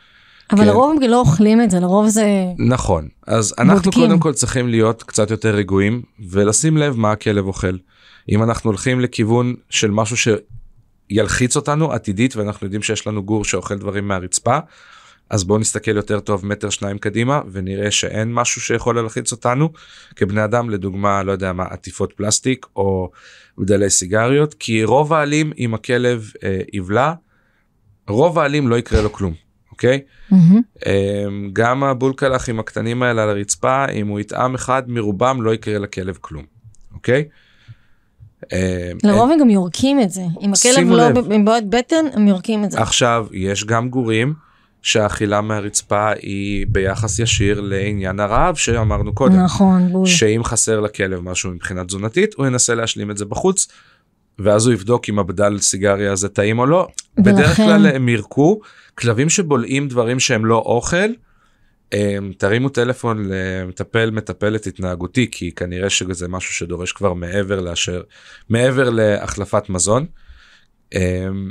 אבל כן. לרוב לא אוכלים את זה, לרוב זה... נכון, אז אנחנו בודקים. קודם כל צריכים להיות קצת יותר רגועים, ולשים לב מה הכלב אוכל. אם אנחנו הולכים לכיוון של משהו שילחיץ אותנו עתידית, ואנחנו יודעים שיש לנו גור שאוכל דברים מהרצפה, אז בואו נסתכל יותר טוב מטר שניים קדימה, ונראה שאין משהו שיכול להלחיץ אותנו, כבני אדם, לדוגמה, לא יודע מה, עטיפות פלסטיק, או בדלי סיגריות, כי רוב העלים, אם הכלב אה, יבלע, רוב העלים לא יקרה לו כלום, אוקיי? Mm-hmm. אה, גם הבולקלחים הקטנים האלה על הרצפה, אם הוא יטעם אחד מרובם, לא יקרה לכלב כלום, אוקיי? אה, לרוב הם גם יורקים את זה, אם הכלב לא מבעוד בטן, הם יורקים את זה. עכשיו, יש גם גורים, שהאכילה מהרצפה היא ביחס ישיר לעניין הרעב שאמרנו קודם. נכון, בול. שאם חסר לכלב משהו מבחינה תזונתית, הוא ינסה להשלים את זה בחוץ, ואז הוא יבדוק אם הבדל סיגריה זה טעים או לא. ולכן... בדרך כלל הם ירקו, כלבים שבולעים דברים שהם לא אוכל, הם, תרימו טלפון למטפל, מטפלת התנהגותי, כי כנראה שזה משהו שדורש כבר מעבר לאשר, מעבר להחלפת מזון. הם,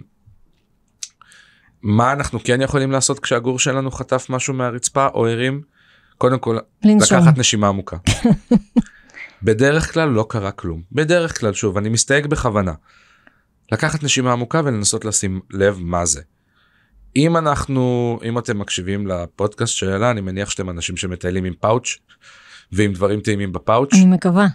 מה אנחנו כן יכולים לעשות כשהגור שלנו חטף משהו מהרצפה או הרים? קודם כל, לנשום. לקחת נשימה עמוקה. בדרך כלל לא קרה כלום. בדרך כלל, שוב, אני מסתייג בכוונה. לקחת נשימה עמוקה ולנסות לשים לב מה זה. אם אנחנו, אם אתם מקשיבים לפודקאסט שלה, אני מניח שאתם אנשים שמטיילים עם פאוץ' ועם דברים טעימים בפאוץ'. אני מקווה.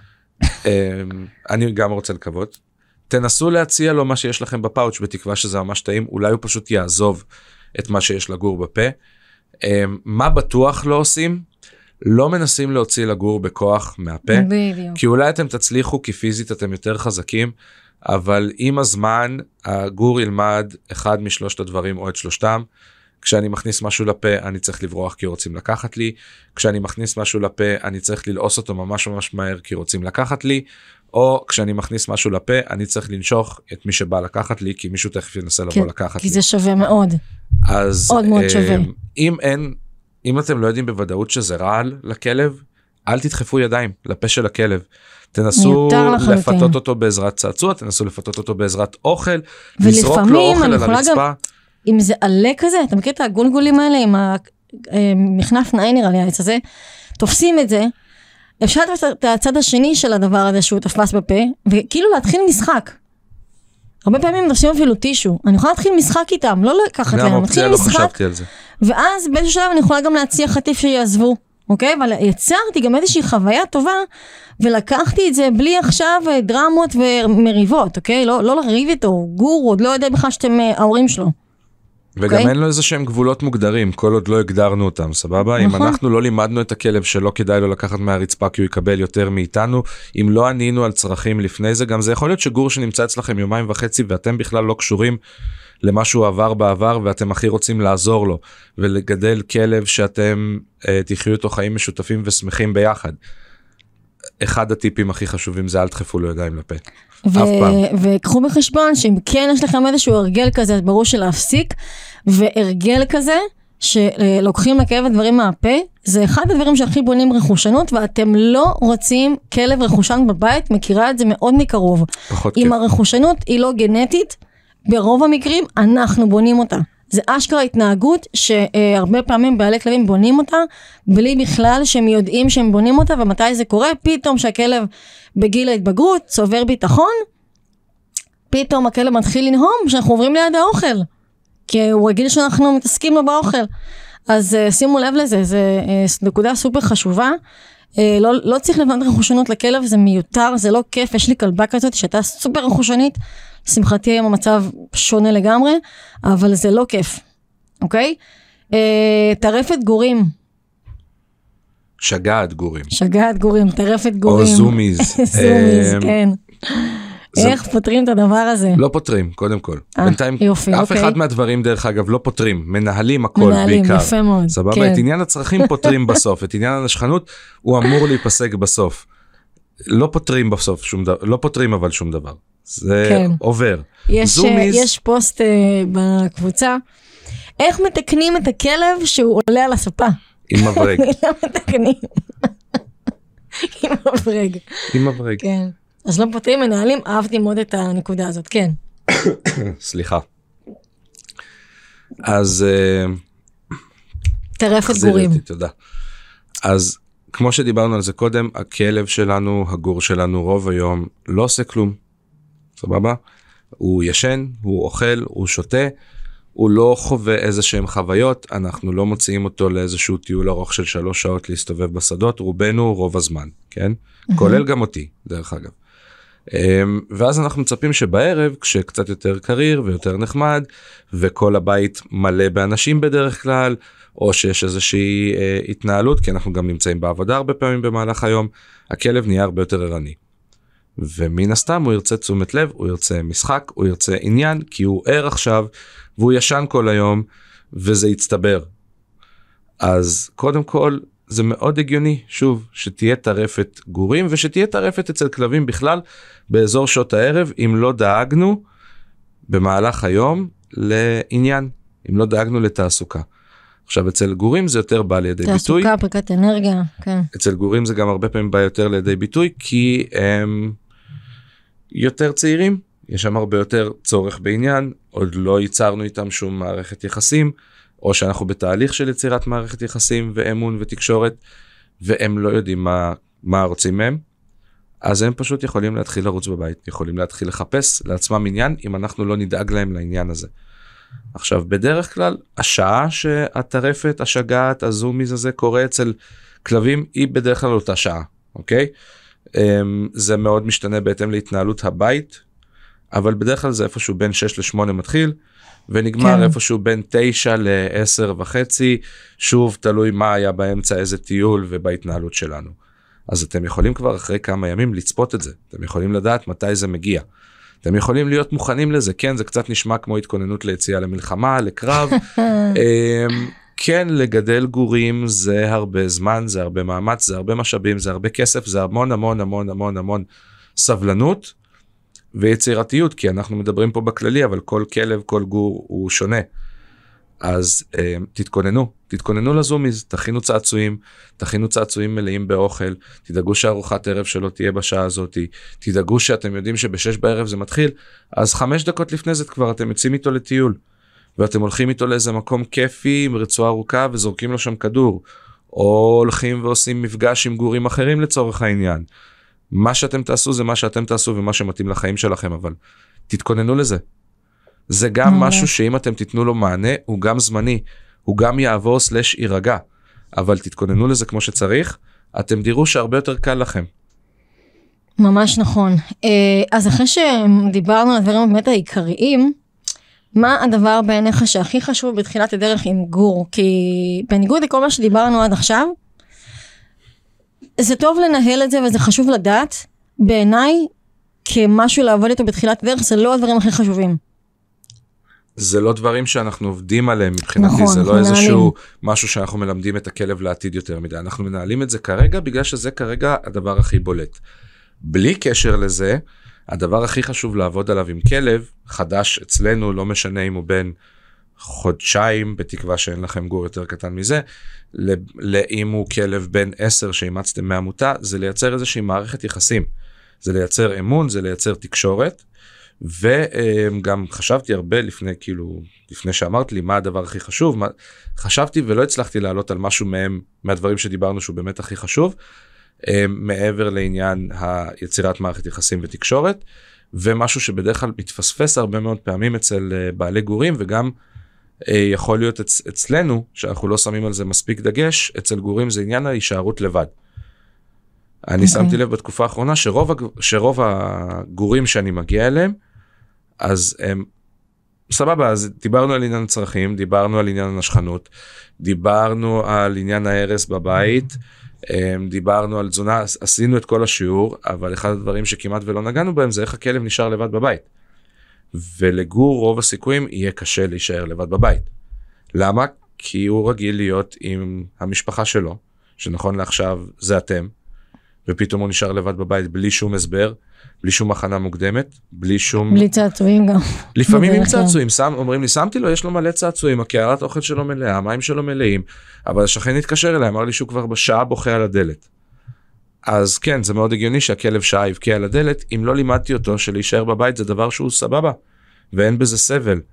אני גם רוצה לקוות. תנסו להציע לו מה שיש לכם בפאוץ' בתקווה שזה ממש טעים, אולי הוא פשוט יעזוב את מה שיש לגור בפה. מה בטוח לא עושים? לא מנסים להוציא לגור בכוח מהפה, בדיוק. כי אולי אתם תצליחו, כי פיזית אתם יותר חזקים, אבל עם הזמן הגור ילמד אחד משלושת הדברים או את שלושתם. כשאני מכניס משהו לפה אני צריך לברוח כי רוצים לקחת לי, כשאני מכניס משהו לפה אני צריך ללעוס אותו ממש ממש מהר כי רוצים לקחת לי, או כשאני מכניס משהו לפה אני צריך לנשוך את מי שבא לקחת לי כי מישהו תכף ינסה לבוא לקחת לי. כי זה שווה מאוד. אז עוד מאוד שווה. אם אין, אם אתם לא יודעים בוודאות שזה רעל לכלב, אל תדחפו ידיים לפה של הכלב. תנסו לפתות אותו בעזרת צעצוע, תנסו לפתות אותו בעזרת אוכל, לזרוק לו אוכל על הרצפה. אם זה עלה כזה, אתה מכיר את הגולגולים האלה עם המכנף נאי נראה לי העץ הזה, תופסים את זה, אפשר את הצד השני של הדבר הזה שהוא תפס בפה, וכאילו להתחיל משחק. הרבה פעמים נשים אפילו טישו, אני יכולה להתחיל משחק איתם, לא לקחת להם, מתחיל משחק, ואז באיזשהו שלב אני יכולה גם להציע חטיף שיעזבו, אוקיי? אבל יצרתי גם איזושהי חוויה טובה, ולקחתי את זה בלי עכשיו דרמות ומריבות, אוקיי? לא, לא לריב איתו, גור, עוד לא יודע בכלל שאתם ההורים שלו. וגם אין לו איזה שהם גבולות מוגדרים, כל עוד לא הגדרנו אותם, סבבה? אם אנחנו לא לימדנו את הכלב שלא כדאי לו לקחת מהרצפה כי הוא יקבל יותר מאיתנו, אם לא ענינו על צרכים לפני זה, גם זה יכול להיות שגור שנמצא אצלכם יומיים וחצי ואתם בכלל לא קשורים למה שהוא עבר בעבר ואתם הכי רוצים לעזור לו, ולגדל כלב שאתם אה, תחיו אותו חיים משותפים ושמחים ביחד. אחד הטיפים הכי חשובים זה אל תדחפו לו ידיים לפה. וקחו בחשבון שאם כן יש לכם איזשהו הרגל כזה, אז ברור שלהפסיק, והרגל כזה שלוקחים לכלב דברים מהפה, זה אחד הדברים שהכי בונים רכושנות, ואתם לא רוצים כלב רכושן בבית, מכירה את זה מאוד מקרוב. אם הרכושנות היא לא גנטית, ברוב המקרים אנחנו בונים אותה. זה אשכרה התנהגות שהרבה פעמים בעלי כלבים בונים אותה, בלי בכלל שהם יודעים שהם בונים אותה, ומתי זה קורה? פתאום שהכלב בגיל ההתבגרות צובר ביטחון, פתאום הכלב מתחיל לנהום שאנחנו עוברים ליד האוכל, כי הוא רגיל שאנחנו מתעסקים לו באוכל. אז שימו לב לזה, זה נקודה סופר חשובה, לא, לא צריך לבנות רכושנות לכלב, זה מיותר, זה לא כיף. יש לי כלבה כזאת שהייתה סופר רכושנית, שמחתי היום המצב שונה לגמרי, אבל זה לא כיף, אוקיי? אה, טרפת גורים. שגעת גורים. שגעת גורים, טרפת גורים. או זומיז. זומיז, כן. איך פותרים את הדבר הזה? לא פותרים, קודם כל. בינתיים, אף אחד מהדברים דרך אגב לא פותרים, מנהלים הכל בעיקר. מנהלים, יפה מאוד. סבבה? את עניין הצרכים פותרים בסוף, את עניין הנשכנות הוא אמור להיפסק בסוף. לא פותרים בסוף שום דבר, לא פותרים אבל שום דבר. זה כן. עובר. יש, יש פוסט uh, בקבוצה, איך מתקנים את הכלב שהוא עולה על הספה? עם מברג. לא מתקנים. עם מברג. עם מברג. כן. אז לא פותרים, מנהלים, אהבתי מאוד את הנקודה הזאת, כן. סליחה. אז uh, טרפת גורים. אותי, תודה. אז כמו שדיברנו על זה קודם, הכלב שלנו, הגור שלנו רוב היום לא עושה כלום. סבבה? הוא ישן, הוא אוכל, הוא שותה, הוא לא חווה איזה שהם חוויות, אנחנו לא מוציאים אותו לאיזשהו טיול ארוך של שלוש שעות להסתובב בשדות, רובנו רוב הזמן, כן? Mm-hmm. כולל גם אותי, דרך אגב. ואז אנחנו מצפים שבערב, כשקצת יותר קריר ויותר נחמד, וכל הבית מלא באנשים בדרך כלל, או שיש איזושהי אה, התנהלות, כי אנחנו גם נמצאים בעבודה הרבה פעמים במהלך היום, הכלב נהיה הרבה יותר ערני. ומן הסתם הוא ירצה תשומת לב, הוא ירצה משחק, הוא ירצה עניין, כי הוא ער עכשיו, והוא ישן כל היום, וזה יצטבר. אז קודם כל, זה מאוד הגיוני, שוב, שתהיה טרפת גורים, ושתהיה טרפת אצל כלבים בכלל, באזור שעות הערב, אם לא דאגנו במהלך היום לעניין, אם לא דאגנו לתעסוקה. עכשיו, אצל גורים זה יותר בא לידי ביטוי. תעסוקה, פרקת אנרגיה, כן. אצל גורים זה גם הרבה פעמים בא יותר לידי ביטוי, כי הם יותר צעירים, יש שם הרבה יותר צורך בעניין, עוד לא ייצרנו איתם שום מערכת יחסים, או שאנחנו בתהליך של יצירת מערכת יחסים ואמון ותקשורת, והם לא יודעים מה, מה רוצים מהם, אז הם פשוט יכולים להתחיל לרוץ בבית, יכולים להתחיל לחפש לעצמם עניין, אם אנחנו לא נדאג להם לעניין הזה. עכשיו, בדרך כלל, השעה שהטרפת, השגעת, הזומיז הזה קורה אצל כלבים, היא בדרך כלל אותה שעה, אוקיי? זה מאוד משתנה בהתאם להתנהלות הבית, אבל בדרך כלל זה איפשהו בין שש לשמונה מתחיל, ונגמר כן. איפשהו בין תשע לעשר וחצי, שוב תלוי מה היה באמצע, איזה טיול ובהתנהלות שלנו. אז אתם יכולים כבר אחרי כמה ימים לצפות את זה, אתם יכולים לדעת מתי זה מגיע. אתם יכולים להיות מוכנים לזה, כן, זה קצת נשמע כמו התכוננות ליציאה למלחמה, לקרב. כן, לגדל גורים זה הרבה זמן, זה הרבה מאמץ, זה הרבה משאבים, זה הרבה כסף, זה המון המון המון המון המון סבלנות ויצירתיות, כי אנחנו מדברים פה בכללי, אבל כל כלב, כל גור הוא שונה. אז תתכוננו, תתכוננו לזומיז, תכינו צעצועים, תכינו צעצועים מלאים באוכל, תדאגו שארוחת ערב שלו תהיה בשעה הזאת, תדאגו שאתם יודעים שבשש בערב זה מתחיל, אז חמש דקות לפני זה כבר אתם יוצאים איתו לטיול, ואתם הולכים איתו לאיזה מקום כיפי עם רצועה ארוכה וזורקים לו שם כדור, או הולכים ועושים מפגש עם גורים אחרים לצורך העניין. מה שאתם תעשו זה מה שאתם תעשו ומה שמתאים לחיים שלכם, אבל תתכוננו לזה. זה גם משהו שאם אתם תיתנו לו מענה, הוא גם זמני, הוא גם יעבור סלש יירגע, אבל תתכוננו לזה כמו שצריך, אתם תראו שהרבה יותר קל לכם. ממש נכון. אז אחרי שדיברנו על הדברים באמת העיקריים, מה הדבר בעיניך שהכי חשוב בתחילת הדרך עם גור? כי בניגוד לכל מה שדיברנו עד עכשיו, זה טוב לנהל את זה וזה חשוב לדעת, בעיניי כמשהו לעבוד איתו בתחילת הדרך, זה לא הדברים הכי חשובים. זה לא דברים שאנחנו עובדים עליהם מבחינתי, נכון, זה לא מנהלים. איזשהו משהו שאנחנו מלמדים את הכלב לעתיד יותר מדי, אנחנו מנהלים את זה כרגע, בגלל שזה כרגע הדבר הכי בולט. בלי קשר לזה, הדבר הכי חשוב לעבוד עליו עם כלב, חדש אצלנו, לא משנה אם הוא בין חודשיים, בתקווה שאין לכם גור יותר קטן מזה, לאם הוא כלב בין עשר שאימצתם מעמותה, זה לייצר איזושהי מערכת יחסים, זה לייצר אמון, זה לייצר תקשורת, וגם חשבתי הרבה לפני, כאילו, לפני שאמרת לי מה הדבר הכי חשוב, מה, חשבתי ולא הצלחתי לעלות על משהו מהם, מהדברים שדיברנו שהוא באמת הכי חשוב, מעבר לעניין היצירת מערכת יחסים ותקשורת, ומשהו שבדרך כלל מתפספס הרבה מאוד פעמים אצל בעלי גורים, וגם יכול להיות אצ, אצלנו, שאנחנו לא שמים על זה מספיק דגש, אצל גורים זה עניין ההישארות לבד. אני okay. שמתי לב בתקופה האחרונה שרוב, שרוב הגורים שאני מגיע אליהם, אז הם, סבבה, אז דיברנו על עניין הצרכים, דיברנו על עניין הנשכנות, דיברנו על עניין ההרס בבית, דיברנו על תזונה, עשינו את כל השיעור, אבל אחד הדברים שכמעט ולא נגענו בהם, זה איך הכלב נשאר לבד בבית. ולגור רוב הסיכויים יהיה קשה להישאר לבד בבית. למה? כי הוא רגיל להיות עם המשפחה שלו, שנכון לעכשיו זה אתם, ופתאום הוא נשאר לבד בבית בלי שום הסבר, בלי שום הכנה מוקדמת, בלי שום... בלי צעצועים גם. לפעמים עם צעצועים, שם, אומרים לי, שמתי לו, יש לו מלא צעצועים, הקערת אוכל שלו מלאה, המים שלו מלאים, אבל השכן התקשר אליי, אמר לי שהוא כבר בשעה בוכה על הדלת. אז כן, זה מאוד הגיוני שהכלב שעה יבכה על הדלת, אם לא לימדתי אותו שלהישאר בבית זה דבר שהוא סבבה, ואין בזה סבל.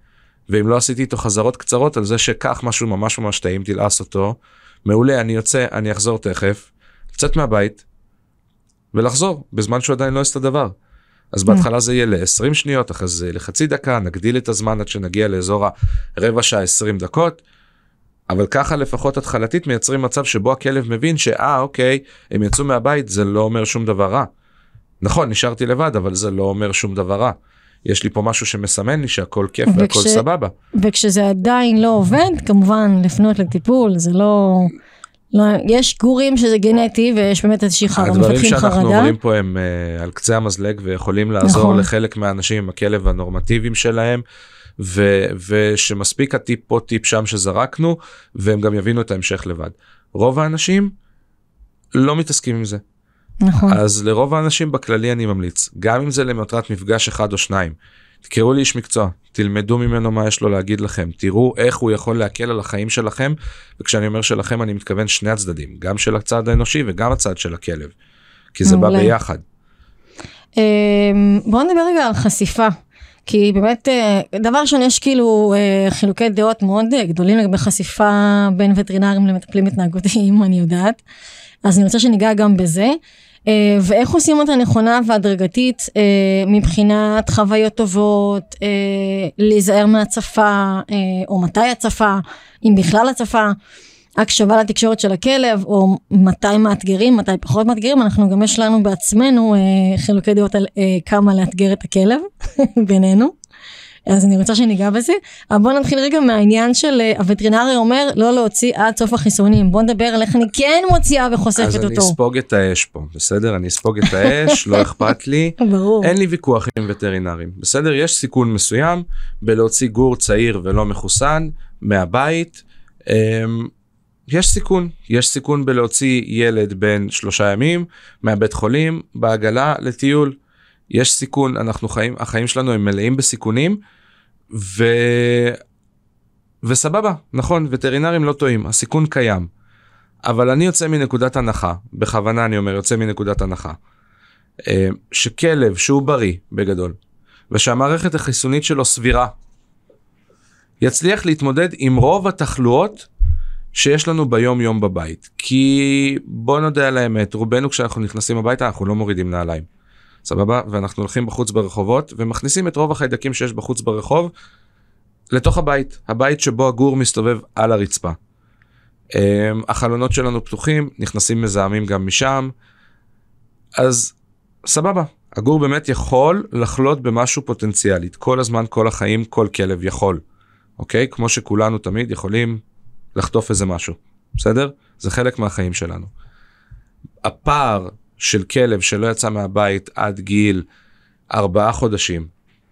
ואם לא עשיתי איתו חזרות קצרות על זה שכך משהו ממש ממש טעים, תלעס אותו, מעולה, אני יוצא, אני אחזור תכף, לצאת מהבית, ולחזור, בזמן שהוא עדיין לא עשת הדבר. אז בהתחלה זה יהיה ל-עשרים שניות, אחרי זה לחצי דקה, נגדיל את הזמן עד שנגיע לאזור הרבע שעה עשרים דקות, אבל ככה לפחות התחלתית מייצרים מצב שבו הכלב מבין שאה, אוקיי, הם יצאו מהבית, זה לא אומר שום דבר רע. נכון, נשארתי לבד, אבל זה לא אומר שום דבר רע. יש לי פה משהו שמסמן לי שהכל כיף וכש... והכל סבבה. וכשזה עדיין לא עובד, כמובן לפנות לטיפול, זה לא... לא, יש גורים שזה גנטי, ויש באמת איזושהי חרדה, מפתחים חרדה. הדברים שאנחנו אומרים פה הם uh, על קצה המזלג, ויכולים לעזור נכון. לחלק מהאנשים עם הכלב הנורמטיביים שלהם, ו- ושמספיק הטיפ פה, טיפ שם שזרקנו, והם גם יבינו את ההמשך לבד. רוב האנשים לא מתעסקים עם זה. נכון. אז לרוב האנשים בכללי אני ממליץ, גם אם זה למטרת מפגש אחד או שניים, תקראו לי איש מקצוע, תלמדו ממנו מה יש לו להגיד לכם, תראו איך הוא יכול להקל על החיים שלכם, וכשאני אומר שלכם אני מתכוון שני הצדדים, גם של הצד האנושי וגם הצד של הכלב, כי זה בא ביחד. בואו נדבר רגע על חשיפה, כי באמת דבר ראשון יש כאילו חילוקי דעות מאוד גדולים לגבי חשיפה בין וטרינרים למטפלים התנהגותיים, אני יודעת, אז אני רוצה שניגע גם בזה, ואיך עושים אותה נכונה והדרגתית מבחינת חוויות טובות, להיזהר מהצפה, או מתי הצפה, אם בכלל הצפה, הקשבה לתקשורת של הכלב, או מתי מאתגרים, מתי פחות מאתגרים, אנחנו גם יש לנו בעצמנו חילוקי דעות על כמה לאתגר את הכלב בינינו. אז אני רוצה שניגע בזה, אבל בוא נתחיל רגע מהעניין של הווטרינרי אומר לא להוציא עד סוף החיסונים, בוא נדבר על איך אני כן מוציאה וחושפת אותו. אז אני אספוג את האש פה, בסדר? אני אספוג את האש, לא אכפת לי, ברור. אין לי ויכוח עם וטרינרים, בסדר? יש סיכון מסוים בלהוציא גור צעיר ולא מחוסן מהבית, יש סיכון, יש סיכון בלהוציא ילד בן שלושה ימים מהבית חולים, בעגלה לטיול, יש סיכון, אנחנו חיים, החיים שלנו הם מלאים בסיכונים, ו... וסבבה, נכון, וטרינרים לא טועים, הסיכון קיים, אבל אני יוצא מנקודת הנחה, בכוונה אני אומר, יוצא מנקודת הנחה, שכלב שהוא בריא בגדול, ושהמערכת החיסונית שלו סבירה, יצליח להתמודד עם רוב התחלואות שיש לנו ביום יום בבית, כי בוא נודע על האמת, רובנו כשאנחנו נכנסים הביתה, אנחנו לא מורידים נעליים, סבבה? ואנחנו הולכים בחוץ ברחובות, ומכניסים את רוב החיידקים שיש בחוץ ברחוב, לתוך הבית, הבית שבו הגור מסתובב על הרצפה. החלונות שלנו פתוחים, נכנסים מזהמים גם משם, אז סבבה, הגור באמת יכול לחלות במשהו פוטנציאלית, כל הזמן, כל החיים, כל כלב יכול, אוקיי? כמו שכולנו תמיד יכולים לחטוף איזה משהו, בסדר? זה חלק מהחיים שלנו. הפער של כלב שלא יצא מהבית עד גיל ארבעה חודשים,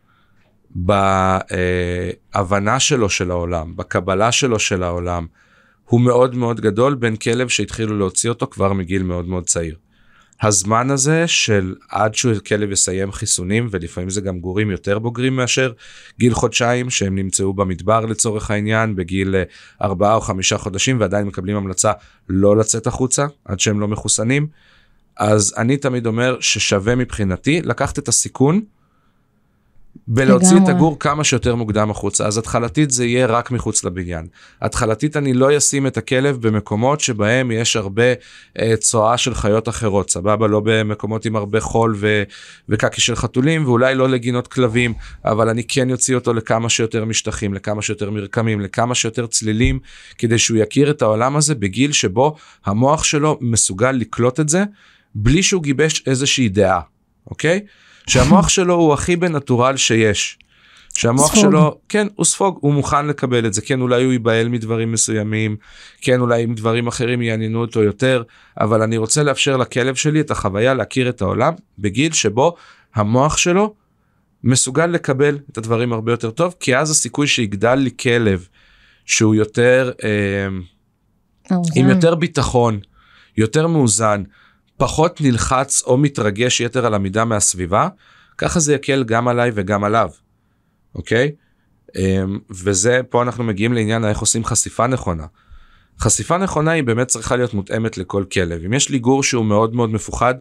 בהבנה שלו של העולם, בקבלה שלו של העולם, הוא מאוד מאוד גדול בין כלב שהתחילו להוציא אותו כבר מגיל מאוד מאוד צעיר. הזמן הזה של עד שכלב יסיים חיסונים, ולפעמים זה גם גורים יותר בוגרים מאשר גיל חודשיים, שהם נמצאו במדבר לצורך העניין, בגיל ארבעה או חמישה חודשים, ועדיין מקבלים המלצה לא לצאת החוצה, עד שהם לא מחוסנים, אז אני תמיד אומר ששווה מבחינתי לקחת את הסיכון בלהוציא את הגור כמה שיותר מוקדם החוצה. אז התחלתית זה יהיה רק מחוץ לבניין. התחלתית אני לא אשים את הכלב במקומות שבהם יש הרבה אה, צואה של חיות אחרות, סבבה? לא במקומות עם הרבה חול ו- וקקי של חתולים, ואולי לא לגינות כלבים, אבל אני כן יוציא אותו לכמה שיותר משטחים, לכמה שיותר מרקמים, לכמה שיותר צלילים, כדי שהוא יכיר את העולם הזה בגיל שבו המוח שלו מסוגל לקלוט את זה, בלי שהוא גיבש איזושהי דעה, אוקיי? שהמוח שלו הוא הכי בנטורל שיש. שהמוח ספוג. שלו, כן, הוא ספוג, הוא מוכן לקבל את זה. כן, אולי הוא ייבהל מדברים מסוימים, כן, אולי עם דברים אחרים יעניינו אותו יותר, אבל אני רוצה לאפשר לכלב שלי את החוויה להכיר את העולם, בגיל שבו המוח שלו מסוגל לקבל את הדברים הרבה יותר טוב, כי אז הסיכוי שיגדל לי כלב, שהוא יותר, אה, עם יותר ביטחון, יותר מאוזן, פחות נלחץ או מתרגש יתר על המידה מהסביבה, ככה זה יקל גם עליי וגם עליו, אוקיי? וזה, פה אנחנו מגיעים לעניין איך עושים חשיפה נכונה. חשיפה נכונה היא באמת צריכה להיות מותאמת לכל כלב. אם יש לי גור שהוא מאוד מאוד מפוחד,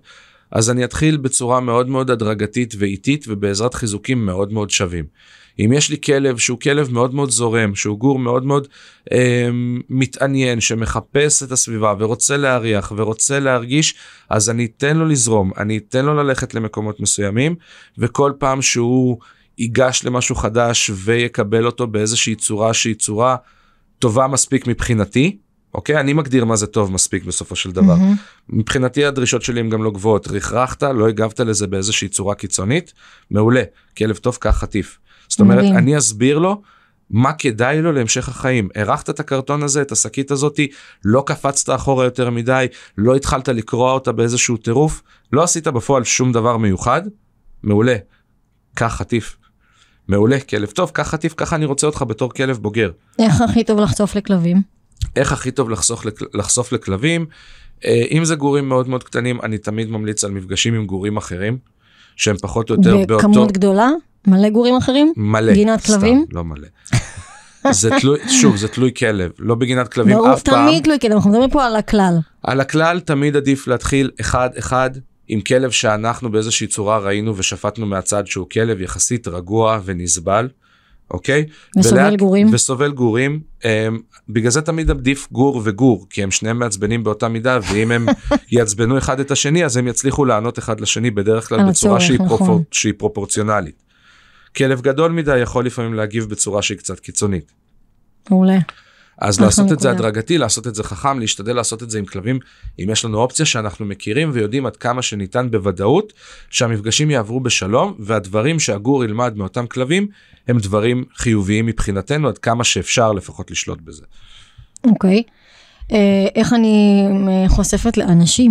אז אני אתחיל בצורה מאוד מאוד הדרגתית ואיטית, ובעזרת חיזוקים מאוד מאוד שווים. אם יש לי כלב שהוא כלב מאוד מאוד זורם, שהוא גור מאוד מאוד אה, מתעניין, שמחפש את הסביבה ורוצה להריח ורוצה להרגיש, אז אני אתן לו לזרום, אני אתן לו ללכת למקומות מסוימים, וכל פעם שהוא ייגש למשהו חדש ויקבל אותו באיזושהי צורה שהיא צורה טובה מספיק מבחינתי, אוקיי? אני מגדיר מה זה טוב מספיק בסופו של דבר. Mm-hmm. מבחינתי הדרישות שלי הן גם לא גבוהות, רכרחת, לא הגבת לזה באיזושהי צורה קיצונית, מעולה, כלב טוב כך חטיף. זאת אומרת, מדהים. אני אסביר לו מה כדאי לו להמשך החיים. ערכת את הקרטון הזה, את השקית הזאת, לא קפצת אחורה יותר מדי, לא התחלת לקרוא אותה באיזשהו טירוף, לא עשית בפועל שום דבר מיוחד, מעולה, כך חטיף. מעולה, כלב טוב, כך חטיף, ככה אני רוצה אותך בתור כלב בוגר. איך הכי טוב לחשוף לכלבים? איך הכי טוב לחשוף, לחשוף לכלבים? אם זה גורים מאוד מאוד קטנים, אני תמיד ממליץ על מפגשים עם גורים אחרים, שהם פחות או יותר בכמות באותו... בכמות גדולה? מלא גורים אחרים? מלא. גינת סתם, כלבים? לא מלא. זה תלוי, שוב, זה תלוי כלב, לא בגינת כלבים ברור, אף פעם. תמיד תלוי כלב, אנחנו מדברים פה על הכלל. על הכלל תמיד עדיף להתחיל אחד אחד, עם כלב שאנחנו באיזושהי צורה ראינו ושפטנו מהצד שהוא כלב יחסית רגוע ונסבל, אוקיי? וסובל ולאט, גורים. וסובל גורים, הם, בגלל זה תמיד עדיף גור וגור, כי הם שניהם מעצבנים באותה מידה, ואם הם יעצבנו אחד את השני, אז הם יצליחו לענות אחד לשני בדרך כלל בצורה שהיא, נכון. פרופור, שהיא פרופורציונלית. כלב גדול מדי יכול לפעמים להגיב בצורה שהיא קצת קיצונית. מעולה. אז לעשות את זה הדרגתי, לעשות את זה חכם, להשתדל לעשות את זה עם כלבים, אם יש לנו אופציה שאנחנו מכירים ויודעים עד כמה שניתן בוודאות, שהמפגשים יעברו בשלום, והדברים שהגור ילמד מאותם כלבים, הם דברים חיוביים מבחינתנו, עד כמה שאפשר לפחות לשלוט בזה. אוקיי. איך אני חושפת לאנשים?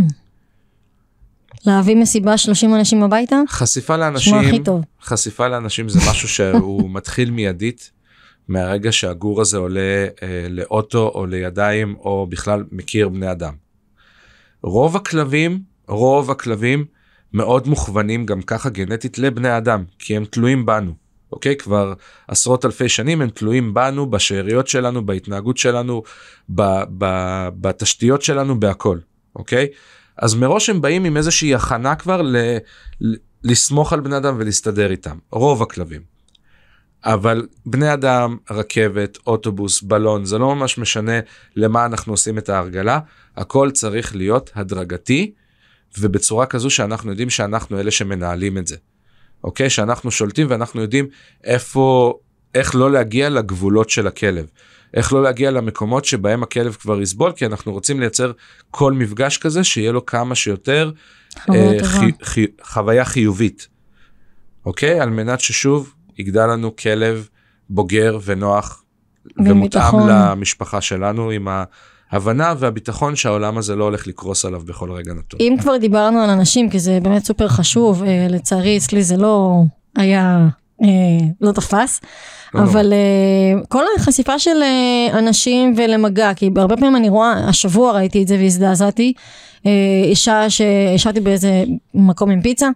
להביא מסיבה שלושים אנשים הביתה? חשיפה לאנשים, חשיפה לאנשים זה משהו שהוא מתחיל מיידית, מהרגע שהגור הזה עולה אה, לאוטו או לידיים או בכלל מכיר בני אדם. רוב הכלבים, רוב הכלבים מאוד מוכוונים גם ככה גנטית לבני אדם, כי הם תלויים בנו, אוקיי? כבר עשרות אלפי שנים הם תלויים בנו, בשאריות שלנו, בהתנהגות שלנו, ב, ב, בתשתיות שלנו, בהכל, אוקיי? אז מראש הם באים עם איזושהי הכנה כבר ל, ל, לסמוך על בני אדם ולהסתדר איתם, רוב הכלבים. אבל בני אדם, רכבת, אוטובוס, בלון, זה לא ממש משנה למה אנחנו עושים את ההרגלה, הכל צריך להיות הדרגתי, ובצורה כזו שאנחנו יודעים שאנחנו אלה שמנהלים את זה. אוקיי? שאנחנו שולטים ואנחנו יודעים איפה, איך לא להגיע לגבולות של הכלב. איך לא להגיע למקומות שבהם הכלב כבר יסבול, כי אנחנו רוצים לייצר כל מפגש כזה, שיהיה לו כמה שיותר אה, חי, חי, חוויה חיובית. אוקיי? על מנת ששוב, יגדל לנו כלב בוגר ונוח ומותאם למשפחה שלנו עם ההבנה והביטחון שהעולם הזה לא הולך לקרוס עליו בכל רגע נתון. אם כבר דיברנו על אנשים, כי זה באמת סופר חשוב, לצערי אצלי זה לא היה, לא תפס, אבל כל החשיפה של אנשים ולמגע, כי הרבה פעמים אני רואה, השבוע ראיתי את זה והזדעזעתי, אישה שישבתי באיזה מקום עם פיצה,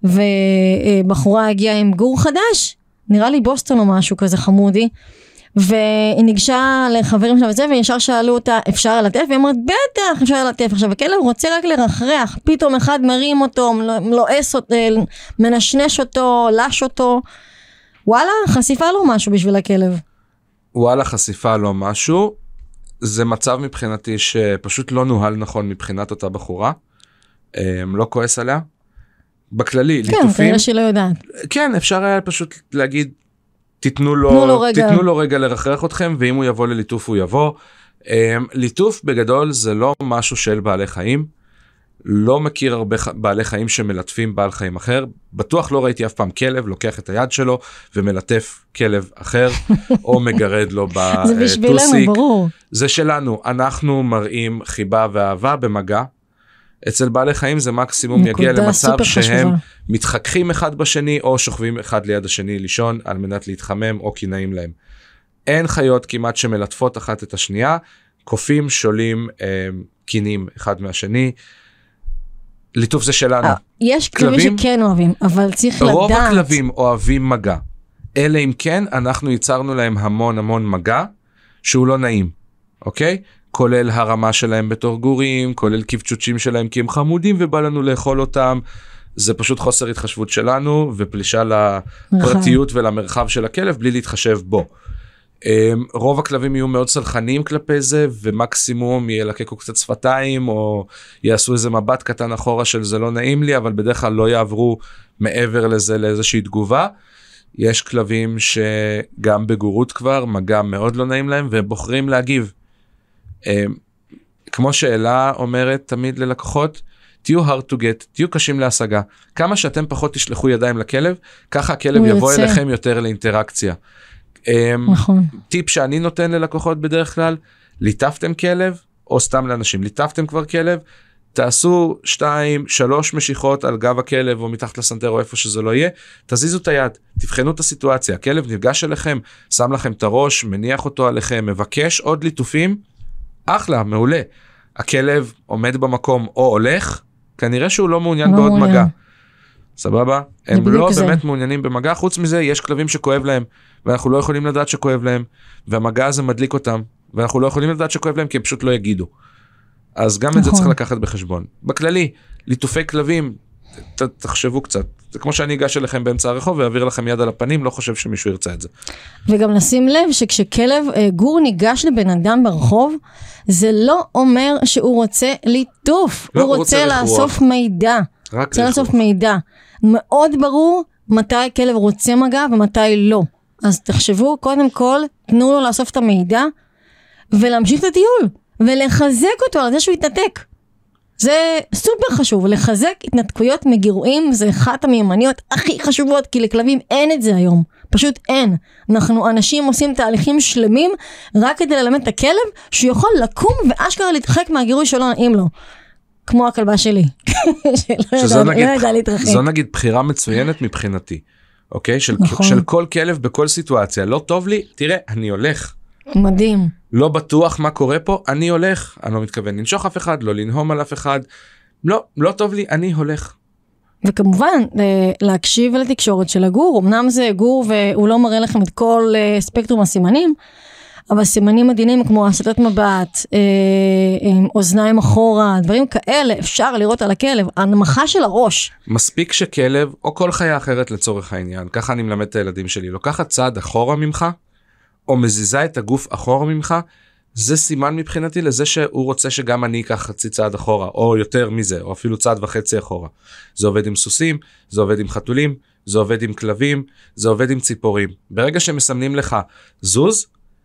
ובחורה הגיעה עם גור חדש, נראה לי בוסטון או משהו כזה חמודי, והיא ניגשה לחברים שלה וזה, וישר שאלו אותה, אפשר ללטף? והיא אמרת, בטח, אפשר ללטף. עכשיו, הכלב רוצה רק לרחרח, פתאום אחד מרים אותו, מלועס אותו, מנשנש אותו, לש אותו, וואלה, חשיפה לא משהו בשביל הכלב. וואלה, חשיפה לא משהו, זה מצב מבחינתי שפשוט לא נוהל נכון מבחינת אותה בחורה, לא כועס עליה, בכללי, כן, ליטופים. כן, כנראה שהיא לא יודעת. כן, אפשר היה פשוט להגיד, תיתנו לו, לו רגע. תיתנו לו רגע לרחרח אתכם, ואם הוא יבוא לליטוף הוא יבוא. ליטוף בגדול זה לא משהו של בעלי חיים, לא מכיר הרבה בעלי חיים שמלטפים בעל חיים אחר, בטוח לא ראיתי אף פעם כלב, לוקח את היד שלו ומלטף כלב אחר, או מגרד לו בטוסיק. זה בשבילנו, ברור. זה שלנו, אנחנו מראים חיבה ואהבה במגע, אצל בעלי חיים זה מקסימום יגיע למצב שהם מתחככים אחד בשני, או שוכבים אחד ליד השני לישון, על מנת להתחמם או כי נעים להם. אין חיות כמעט שמלטפות אחת את השנייה, קופים, שולים, קינים אחד מהשני, ליטוף זה שלנו. יש כלבים שכן אוהבים, אבל צריך לדעת. רוב הכלבים אוהבים מגע, אלא אם כן אנחנו ייצרנו להם המון המון מגע, שהוא לא נעים, אוקיי? כולל הרמה שלהם בתור גורים, כולל כבצ'וצ'ים שלהם כי הם חמודים ובא לנו לאכול אותם, זה פשוט חוסר התחשבות שלנו, ופלישה לפרטיות ולמרחב של הכלב, בלי להתחשב בו. רוב הכלבים יהיו מאוד סלחניים כלפי זה, ומקסימום ילקקו קצת שפתיים, או יעשו איזה מבט קטן אחורה של זה לא נעים לי, אבל בדרך כלל לא יעברו מעבר לזה לאיזושהי תגובה. יש כלבים שגם בגורות כבר, מגע מאוד לא נעים להם, והם בוחרים להגיב. כמו שאלה אומרת תמיד ללקוחות, תהיו hard to get, תהיו קשים להשגה. כמה שאתם פחות תשלחו ידיים לכלב, ככה הכלב יבוא יוצא. אליכם יותר לאינטראקציה. נכון. טיפ שאני נותן ללקוחות בדרך כלל, ליטפתם כלב, או סתם לאנשים, ליטפתם כבר כלב, תעשו שתיים, שלוש משיכות על גב הכלב, או מתחת לסנטר, או איפה שזה לא יהיה, תזיזו את היד, תבחנו את הסיטואציה, הכלב נפגש אליכם, שם לכם את הראש, מניח אותו עליכם, מבקש עוד ליטופים, אחלה, מעולה. הכלב עומד במקום או הולך, כנראה שהוא לא מעוניין לא בעוד מעוניין. מגע. סבבה? הם לא זה. באמת מעוניינים במגע, חוץ מזה יש כלבים שכואב להם, ואנחנו לא יכולים לדעת שכואב להם, והמגע הזה מדליק אותם, ואנחנו לא יכולים לדעת שכואב להם, כי הם פשוט לא יגידו. אז גם נכון. את זה צריך לקחת בחשבון. בכללי, ליטופי כלבים, ת, תחשבו קצת. זה כמו שאני אגש אליכם באמצע הרחוב, ואעביר לכם יד על הפנים, לא חושב שמישהו ירצה את זה. וגם נשים לב שכשכלב גור ניגש לבן אדם ברחוב, זה לא אומר שהוא רוצה ליטוף, לא, הוא רוצה, רוצה לאסוף מידע. רק רוצה לאסוף מידע. מאוד ברור מתי כלב רוצה מגע ומתי לא. אז תחשבו, קודם כל, תנו לו לאסוף את המידע, ולהמשיך את הטיול, ולחזק אותו על זה שהוא יתנתק. זה סופר חשוב, לחזק התנתקויות מגירויים, זה אחת המיומנויות הכי חשובות, כי לכלבים אין את זה היום, פשוט אין. אנחנו אנשים עושים תהליכים שלמים, רק כדי ללמד את הכלב, שהוא יכול לקום ואשכרה להתרחק מהגירוי שלא נעים לו. כמו הכלבה שלי, שלא ידע להתרחק. זו נגיד בחירה מצוינת מבחינתי, אוקיי? של, נכון. של כל כלב בכל סיטואציה, לא טוב לי, תראה, אני הולך. מדהים. לא בטוח מה קורה פה, אני הולך. אני לא מתכוון לנשוך אף אחד, לא לנהום על אף אחד. לא, לא טוב לי, אני הולך. וכמובן, להקשיב לתקשורת של הגור. אמנם זה גור והוא לא מראה לכם את כל ספקטרום הסימנים, אבל סימנים מדהימים כמו הסטת מבט, אוזניים אחורה, דברים כאלה, אפשר לראות על הכלב, הנמכה של הראש. מספיק שכלב, או כל חיה אחרת לצורך העניין, ככה אני מלמד את הילדים שלי, לוקחת צעד אחורה ממך, או מזיזה את הגוף אחורה ממך, זה סימן מבחינתי לזה שהוא רוצה שגם אני אקח חצי צעד אחורה, או יותר מזה, או אפילו צעד וחצי אחורה. זה עובד עם סוסים, זה עובד עם חתולים, זה עובד עם כלבים, זה עובד עם ציפורים. ברגע שמסמנים לך זוז,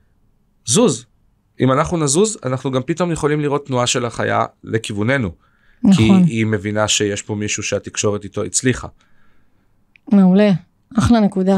זוז. אם אנחנו נזוז, אנחנו גם פתאום יכולים לראות תנועה של החיה לכיווננו. נכון. כי היא מבינה שיש פה מישהו שהתקשורת איתו הצליחה. מעולה, אחלה נקודה.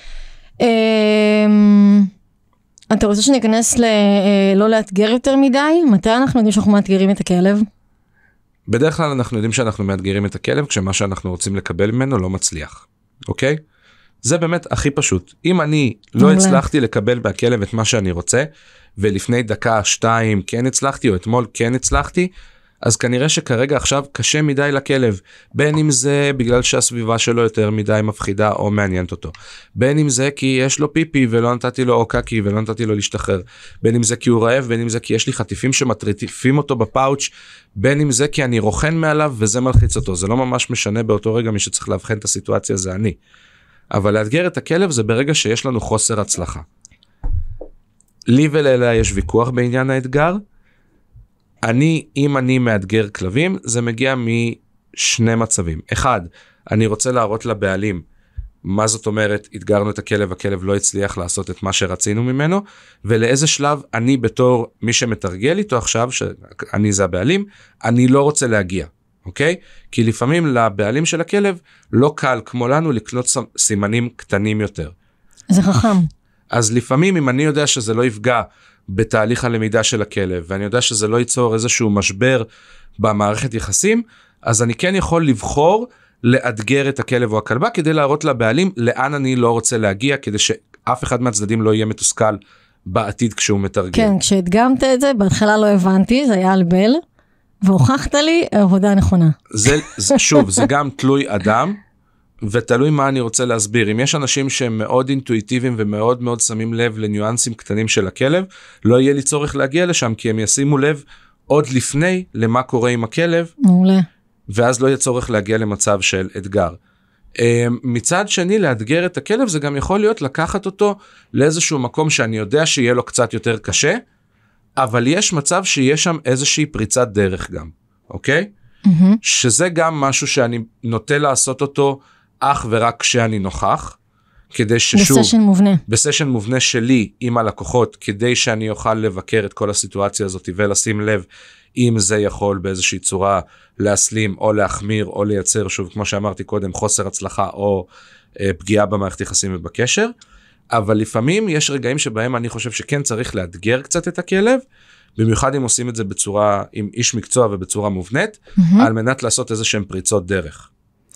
אתה רוצה שניכנס לא לאתגר יותר מדי? מתי אנחנו יודעים שאנחנו מאתגרים את הכלב? בדרך כלל אנחנו יודעים שאנחנו מאתגרים את הכלב, כשמה שאנחנו רוצים לקבל ממנו לא מצליח. אוקיי? זה באמת הכי פשוט. אם אני לא הצלחתי לקבל מהכלב את מה שאני רוצה, ולפני דקה, שתיים, כן הצלחתי, או אתמול כן הצלחתי, אז כנראה שכרגע עכשיו קשה מדי לכלב, בין אם זה בגלל שהסביבה שלו יותר מדי מפחידה או מעניינת אותו, בין אם זה כי יש לו פיפי ולא נתתי לו או קקי ולא נתתי לו להשתחרר, בין אם זה כי הוא רעב, בין אם זה כי יש לי חטיפים שמטריפים אותו בפאוץ', בין אם זה כי אני רוחן מעליו וזה מלחיץ אותו, זה לא ממש משנה באותו רגע, מי שצריך להבחן את הסיטואציה זה אני. אבל לאתגר את הכלב זה ברגע שיש לנו חוסר הצלחה. לי ולאלה יש ויכוח בעניין האתגר, אני, אם אני מאתגר כלבים, זה מגיע משני מצבים. אחד, אני רוצה להראות לבעלים, מה זאת אומרת, התגרנו את הכלב, הכלב לא הצליח לעשות את מה שרצינו ממנו, ולאיזה שלב אני בתור מי שמתרגל איתו עכשיו, שאני זה הבעלים, אני לא רוצה להגיע, אוקיי? כי לפעמים לבעלים של הכלב, לא קל כמו לנו לקנות סימנים קטנים יותר. זה חכם. אז לפעמים אם אני יודע שזה לא יפגע בתהליך הלמידה של הכלב, ואני יודע שזה לא ייצור איזשהו משבר במערכת יחסים, אז אני כן יכול לבחור לאתגר את הכלב או הכלבה, כדי להראות לבעלים לאן אני לא רוצה להגיע, כדי שאף אחד מהצדדים לא יהיה מתוסכל בעתיד כשהוא מתרגל. כן, כשהדגמת את זה, בהתחלה לא הבנתי, זה היה על בל, והוכחת לי עבודה נכונה. זה, זה, שוב, זה גם תלוי אדם, ותלוי מה אני רוצה להסביר. אם יש אנשים שהם מאוד אינטואיטיביים ומאוד מאוד שמים לב לניואנסים קטנים של הכלב, לא יהיה לי צורך להגיע לשם, כי הם ישימו לב עוד לפני למה קורה עם הכלב, מעולה. ואז לא יהיה צורך להגיע למצב של אתגר. מצד שני, לאתגר את הכלב, זה גם יכול להיות לקחת אותו לאיזשהו מקום שאני יודע שיהיה לו קצת יותר קשה, אבל יש מצב שיש שם איזושהי פריצת דרך גם, אוקיי? Mm-hmm. שזה גם משהו שאני נוטה לעשות אותו אך ורק כשאני נוכח, כדי ששוב... בסשן מובנה. בסשן מובנה שלי עם הלקוחות, כדי שאני אוכל לבקר את כל הסיטואציה הזאת, ולשים לב אם זה יכול באיזושהי צורה להסלים, או להחמיר, או לייצר, שוב, כמו שאמרתי קודם, חוסר הצלחה, או אה, פגיעה במערכת יחסים ובקשר, אבל לפעמים יש רגעים שבהם אני חושב שכן צריך לאתגר קצת את הכלב, במיוחד אם עושים את זה בצורה, עם איש מקצוע ובצורה מובנית, mm-hmm. על מנת לעשות איזה שהם פריצות דרך.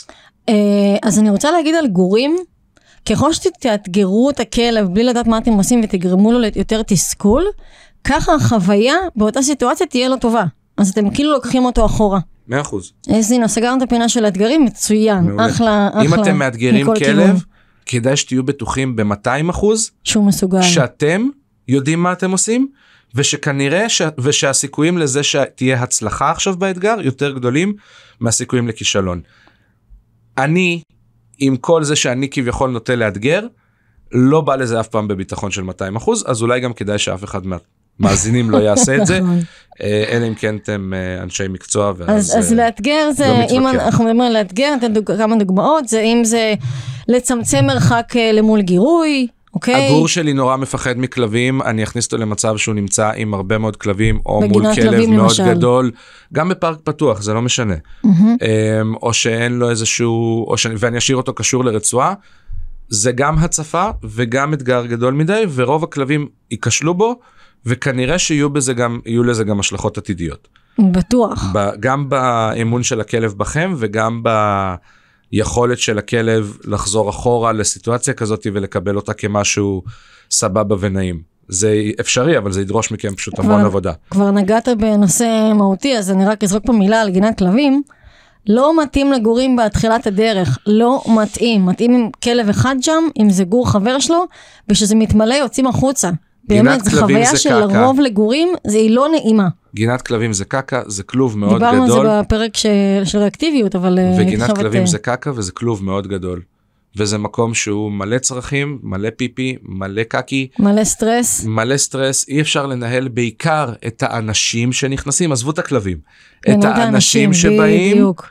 אז אני רוצה להגיד על גורים, ככל שתאתגרו את הכלב בלי לדעת מה אתם עושים ותגרמו לו יותר תסכול, ככה החוויה באותה סיטואציה תהיה לו טובה. אז אתם כאילו לוקחים אותו אחורה. מאה אחוז. אז הנה, סגרנו את הפינה של האתגרים, מצוין. אחלה, אחלה. אם אתם מאתגרים כלב, כדאי שתהיו בטוחים ב-מאתיים אחוז, שהוא מסוגל. שאתם יודעים מה אתם עושים, ושכנראה, ש... ושהסיכויים לזה שתהיה הצלחה עכשיו באתגר, יותר גדולים מהסיכויים לכישלון. אני, עם כל זה שאני כביכול נוטה לאתגר, לא בא לזה אף פעם בביטחון של מאתיים אחוז, אז אולי גם כדאי שאף אחד מהמאזינים לא יעשה את זה, אלא אם כן אתם אנשי מקצוע. אז, אז לאתגר זה, אם אנחנו מדברים על לאתגר, נתן דוג... כמה דוגמאות, זה אם זה לצמצם מרחק למול גירוי, אוקיי? הגור שלי נורא מפחד מכלבים, אני אכניס אותו למצב שהוא נמצא עם הרבה מאוד כלבים, או מול כלב מאוד למשל. גדול, גם בפארק פתוח, זה לא משנה. Mm-hmm. או שאין לו איזשהו, או ש... ואני אשאיר אותו קשור לרצועה, זה גם הצפה וגם אתגר גדול מדי, ורוב הכלבים ייכשלו בו, וכנראה שיהיו בזה גם, יהיו לזה גם השלכות עתידיות. בטוח. ב... גם באמון של הכלב בכם, וגם ב... יכולת של הכלב לחזור אחורה לסיטואציה כזאת ולקבל אותה כמשהו סבבה ונעים. זה אפשרי, אבל זה ידרוש מכם פשוט המון כבר, עבודה. כבר נגעת בנושא מהותי, אז אני רק אזרוק פה מילה על גינת כלבים. לא מתאים לגורים בתחילת הדרך, לא מתאים. מתאים עם כלב אחד שם, אם זה גור חבר שלו, ושזה מתמלא יוצאים החוצה. באמת, זו חוויה של רוב לגורים, זה היא לא נעימה. גינת כלבים זה קקה, זה כלוב מאוד גדול. דיברנו על זה בפרק של, של ריאקטיביות, אבל... וגינת כלבים זה קקה וזה כלוב מאוד גדול. וזה מקום שהוא מלא צרכים, מלא פיפי, מלא קקי. מלא סטרס. מלא סטרס. אי אפשר לנהל בעיקר את האנשים שנכנסים, עזבו את הכלבים. את האנשים שבאים. בדיוק.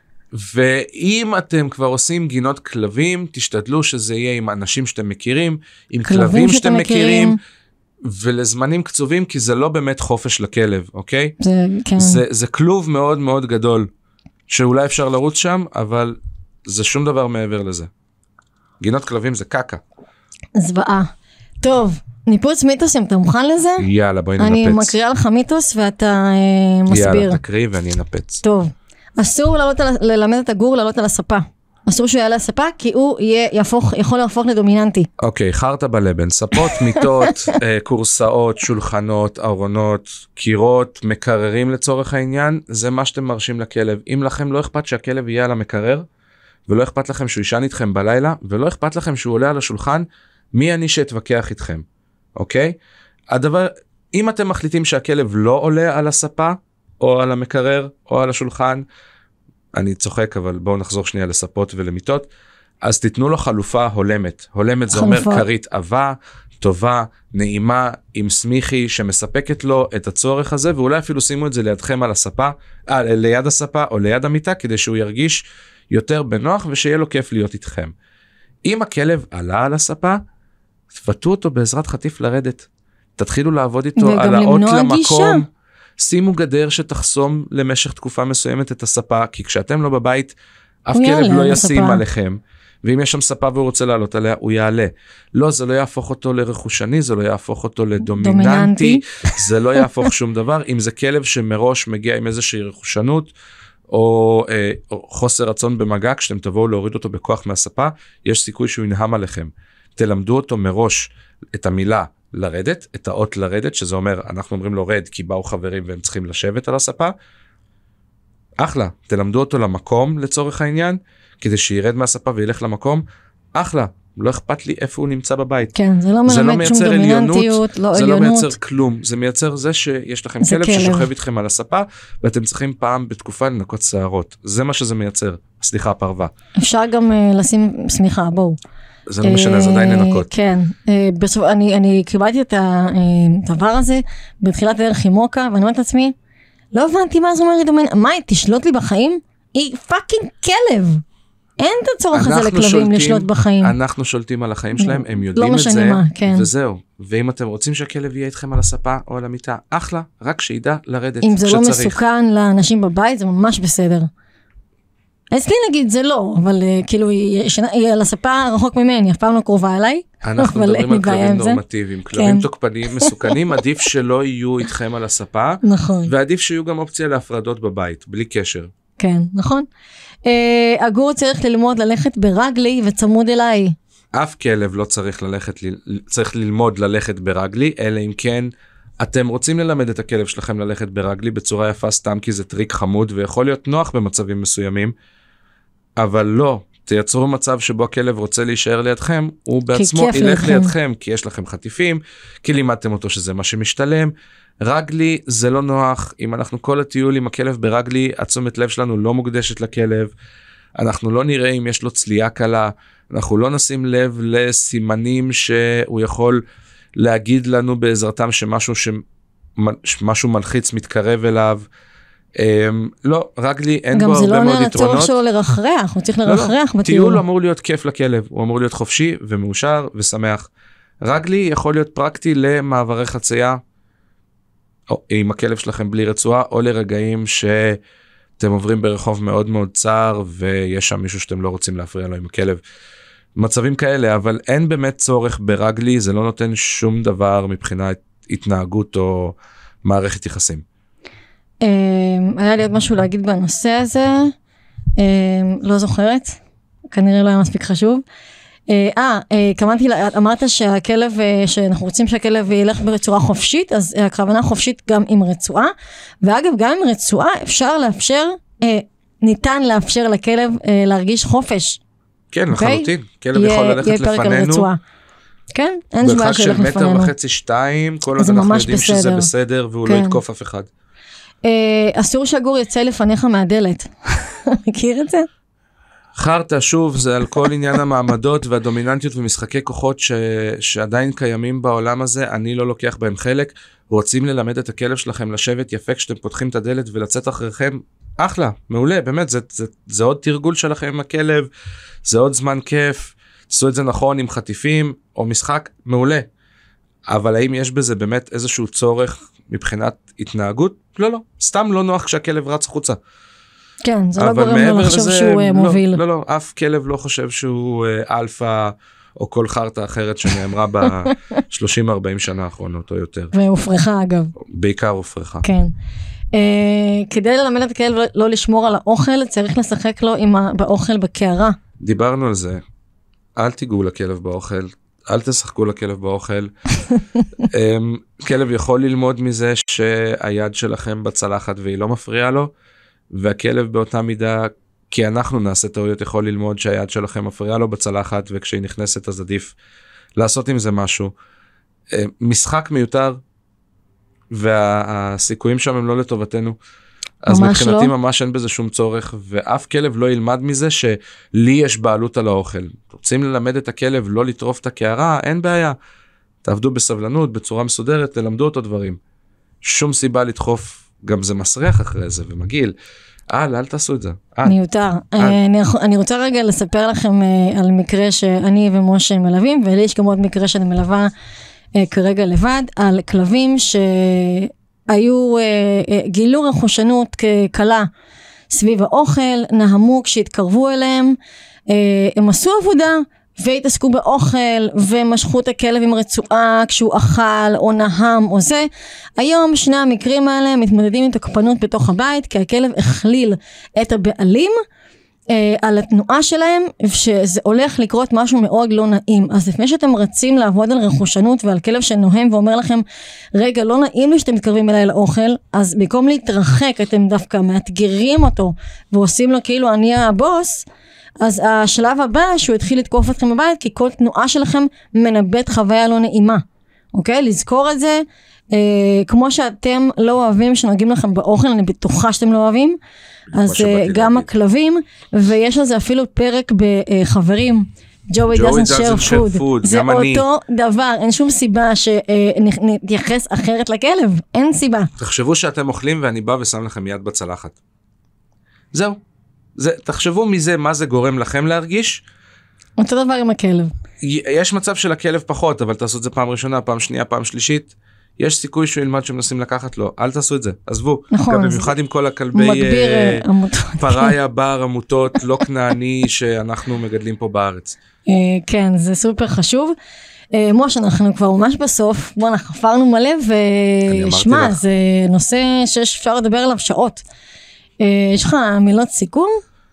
ואם אתם כבר עושים גינות כלבים, תשתדלו שזה יהיה עם אנשים שאתם מכירים, עם כלבים שאתם מכירים, ולזמנים קצובים, כי זה לא באמת חופש לכלב, אוקיי? זה, כן. זה, זה כלוב מאוד מאוד גדול, שאולי אפשר לרוץ שם, אבל זה שום דבר מעבר לזה. גינות כלבים זה קקה. זוועה. טוב, ניפוץ מיתוסים, אתה מוכן לזה? יאללה, בואי ננפץ. אני מקריאה לך מיתוס ואתה אה, מסביר. יאללה, תקריא ואני אנפץ. טוב. אסור ללמד את הגור לעלות על הספה. אסור שהוא יעלה הספה, כי הוא יהיה, יפוך, יכול להפוך לדומיננטי. אוקיי, חרטה בלבן, ספות, מיטות, קורסאות, שולחנות, ארונות, קירות, מקררים לצורך העניין, זה מה שאתם מרשים לכלב. אם לכם לא אכפת שהכלב יהיה על המקרר, ולא אכפת לכם שהוא ישן איתכם בלילה, ולא אכפת לכם שהוא עולה על השולחן, מי אני שאתווכח איתכם? אוקיי? הדבר, אם אתם מחליטים שהכלב לא עולה על הספה, או על המקרר, או על השולחן, אני צוחק, אבל בואו נחזור שנייה לספות ולמיטות, אז תיתנו לו חלופה הולמת. הולמת זה אומר קרית עבה, טובה, נעימה, עם סמיכי, שמספקת לו את הצורך הזה, ואולי אפילו שימו את זה לידכם על הספה, אה, ליד הספה או ליד המיטה, כדי שהוא ירגיש יותר בנוח, ושיהיה לו כיף להיות איתכם. אם הכלב עלה על הספה, תפתו אותו בעזרת חטיף לרדת. תתחילו לעבוד איתו על האות למקום. שימו גדר שתחסום למשך תקופה מסוימת את הספה, כי כשאתם לא בבית, אף כלב לא ישים עליכם, ואם יש שם ספה והוא רוצה לעלות עליה, הוא יעלה. לא, זה לא יהפוך אותו לרכושני, זה לא יהפוך אותו לדומיננטי, זה לא יהפוך שום דבר. אם זה כלב שמראש מגיע עם איזושהי רכושנות, או, אה, או חוסר רצון במגע, כשאתם תבואו להוריד אותו בכוח מהספה, יש סיכוי שהוא ינהם עליכם. תלמדו אותו מראש את המילה, לרדת, את האות לרדת, שזה אומר, אנחנו אומרים לו רד, כי באו חברים והם צריכים לשבת על הספה. אחלה, תלמדו אותו למקום לצורך העניין, כדי שירד מהספה וילך למקום, אחלה, לא אכפת לי איפה הוא נמצא בבית. כן, זה לא מלמד שום דומיננטיות, לא עליונות. זה לא מייצר כלום, זה מייצר זה שיש לכם כלב ששוכב איתכם על הספה, ואתם צריכים פעם בתקופה לנקות שערות. זה מה שזה מייצר, סליחה, פרווה. אפשר גם לשים, סליחה, בואו. זה לא משנה, זה עדיין לנקות. כן, אני קיבלתי את הדבר הזה, בתחילת דרך עם מוקה, ואני אומרת לעצמי, לא הבנתי מה זה אומר לי דומיננטיות, מה, תשלוט לי בחיים? היא פאקינג כלב. אין את הצורך הזה לכלבים שולטים, לשלוט בחיים. אנחנו שולטים על החיים שלהם, הם יודעים לא את זה, מה, כן. וזהו. ואם אתם רוצים שהכלב יהיה איתכם על הספה או על המיטה, אחלה, רק שידע לרדת אם זה כשצריך. לא מסוכן לאנשים בבית, זה ממש בסדר. אצלי נגיד זה לא, אבל uh, כאילו היא, היא על הספה רחוק ממני, אף פעם לא קרובה אליי. אנחנו מדברים על כלבים נורמטיביים, כלבים כן. תוקפניים מסוכנים, עדיף שלא יהיו איתכם על הספה, נכון. ועדיף שיהיו גם אופציה להפרדות בבית, בלי קשר. כן, נכון. Uh, הגור צריך ללמוד ללכת ברגלי וצמוד אליי. אף כלב לא צריך ללכת, צריך ללמוד ללכת ברגלי, אלא אם כן אתם רוצים ללמד את הכלב שלכם ללכת ברגלי בצורה יפה סתם, כי זה טריק חמוד ויכול להיות נוח במצבים מסוימים, אבל לא, תייצרו מצב שבו הכלב רוצה להישאר לידכם, הוא בעצמו ילך לידכם, כי יש לכם חטיפים, כי לימדתם אותו שזה מה שמשתלם. רגלי זה לא נוח, אם אנחנו כל הטיול עם הכלב ברגלי, התשומת לב שלנו לא מוקדשת לכלב, אנחנו לא נראה אם יש לו צלייה קלה, אנחנו לא נשים לב לסימנים שהוא יכול להגיד לנו בעזרתם שמשהו, שמשהו מלחיץ מתקרב אליו, לא, רגלי אין בו הרבה מאוד יתרונות. גם זה לא נראה צורך שלו לרחרח, הוא צריך לרחרח בטיול. טיול אמור להיות כיף לכלב, הוא אמור להיות חופשי ומאושר ושמח. רגלי יכול להיות פרקטי למעברי חצייה, או עם הכלב שלכם בלי רצועה, או לרגעים שאתם עוברים ברחוב מאוד מאוד צר, ויש שם מישהו שאתם לא רוצים להפריע לו עם הכלב. מצבים כאלה, אבל אין באמת צורך ברגלי, זה לא נותן שום דבר מבחינת התנהגות או מערכת יחסים. היה לי עוד משהו להגיד בנושא הזה, לא זוכרת, כנראה לא היה מספיק חשוב. אה, כמנתי, אמרת שהכלב, שאנחנו רוצים שהכלב ילך ברצועה חופשית, אז הכוונה חופשית גם עם רצועה, ואגב גם עם רצועה אפשר לאפשר, ניתן לאפשר לכלב להרגיש חופש. כן, לחלוטין, כלב יכול ללכת לפנינו, כן, אין שבעה שילך לפנינו. ברחק של מטר וחצי שתיים, כל עוד אנחנו יודעים שזה בסדר, והוא לא יתקוף אף אחד. אסור שהגור יצא לפניך מהדלת, מכיר את זה? חרטה, שוב, זה על כל עניין המעמדות והדומיננטיות ומשחקי כוחות ש... שעדיין קיימים בעולם הזה, אני לא לוקח בהם חלק, רוצים ללמד את הכלב שלכם לשבת יפה כשאתם פותחים את הדלת ולצאת אחריכם, אחלה, מעולה, באמת, זה, זה, זה עוד תרגול שלכם עם הכלב, זה עוד זמן כיף, תעשו את זה נכון עם חטיפים או משחק, מעולה, אבל האם יש בזה באמת איזשהו צורך מבחינת התנהגות? לא, לא, סתם לא נוח כשהכלב רץ חוצה. כן, זה לא גורם לו לחשוב שהוא לא, מוביל. לא, לא, אף כלב לא חושב שהוא אלפא, או כל חרטה אחרת שנאמרה ב-שלושים ארבעים שנה האחרונות או יותר. והופרחה אגב. בעיקר הופרחה. כן. Uh, כדי ללמד את הכלב לא לשמור על האוכל, צריך לשחק לו עם ה- באוכל בקערה. דיברנו על זה. אל תיגעו לכלב באוכל, אל תשחקו לכלב באוכל. um, כלב יכול ללמוד מזה שהיד שלכם בצלחת והיא לא מפריעה לו, והכלב באותה מידה, כי אנחנו נעשה טעויות, יכול ללמוד שהיד שלכם מפריעה לו בצלחת, וכשהיא נכנסת אז עדיף לעשות עם זה משהו. Uh, משחק מיותר, והסיכויים שם הם לא לטובתנו, אז מבחינתי לא. ממש אין בזה שום צורך, ואף כלב לא ילמד מזה שלי יש בעלות על האוכל. רוצים ללמד את הכלב לא לטרוף את הקערה, אין בעיה. תעבדו בסבלנות, בצורה מסודרת, תלמדו אותו דברים. שום סיבה לדחוף, גם זה מסריח אחרי זה ומגיל. אל, אל תעשו את זה. מיותר. אני, אני רוצה רגע לספר לכם על מקרה שאני ומשה מלווים, ולי יש גם עוד מקרה שאני מלווה כרגע לבד, על כלבים שהיו, גילו רכושנות כקלה סביב האוכל, נהמו כשהתקרבו אליהם, הם עשו עבודה והתעסקו באוכל ומשכו את הכלב עם רצועה כשהוא אכל או נהם או זה. היום שני המקרים האלה מתמודדים עם תוקפנות בתוך הבית, כי הכלב הכליל את הבעלים אה, על התנועה שלהם, שזה הולך לקרות משהו מאוד לא נעים. אז לפני שאתם רצים לעבוד על רכושנות ועל כלב שנוהם ואומר לכם, רגע, לא נעים לי שאתם מתקרבים אליי לאוכל, אז במקום להתרחק, אתם דווקא מאתגרים אותו, ועושים לו כאילו אני הבוס, אז השלב הבא שהוא התחיל לתקוף אתכם בבית, כי כל תנועה שלכם מנבאת חוויה לא נעימה. אוקיי? לזכור את זה, אה, כמו שאתם לא אוהבים שנוגעים לכם באוכל, אני בטוחה שאתם לא אוהבים, אז אה, גם להגיד. הכלבים, ויש לזה אפילו פרק בחברים, Joey doesn't share food, food. זה אותו אני. דבר, אין שום סיבה שנתייחס אחרת לכלב, אין סיבה. תחשבו שאתם אוכלים ואני בא ושם לכם יד בצלחת. זהו. זה, תחשבו מזה מה זה גורם לכם להרגיש. אותו דבר עם הכלב. יש מצב של הכלב פחות, אבל תעשו את זה פעם ראשונה, פעם שנייה, פעם שלישית. יש סיכוי שהוא ילמד שמנסים לקחת לו. אל תעשו את זה, עזבו. נכון. גם במיוחד עם כל הכלבי מגביר עמותות. פריה, בר, עמותות, לא כנעני שאנחנו מגדלים פה בארץ. כן, זה סופר חשוב. מוש, אנחנו כבר ממש בסוף, בוא נחפרנו מלא, ושמע, זה נושא שאפשר לדבר עליו שעות. יש לך מילות סיכום?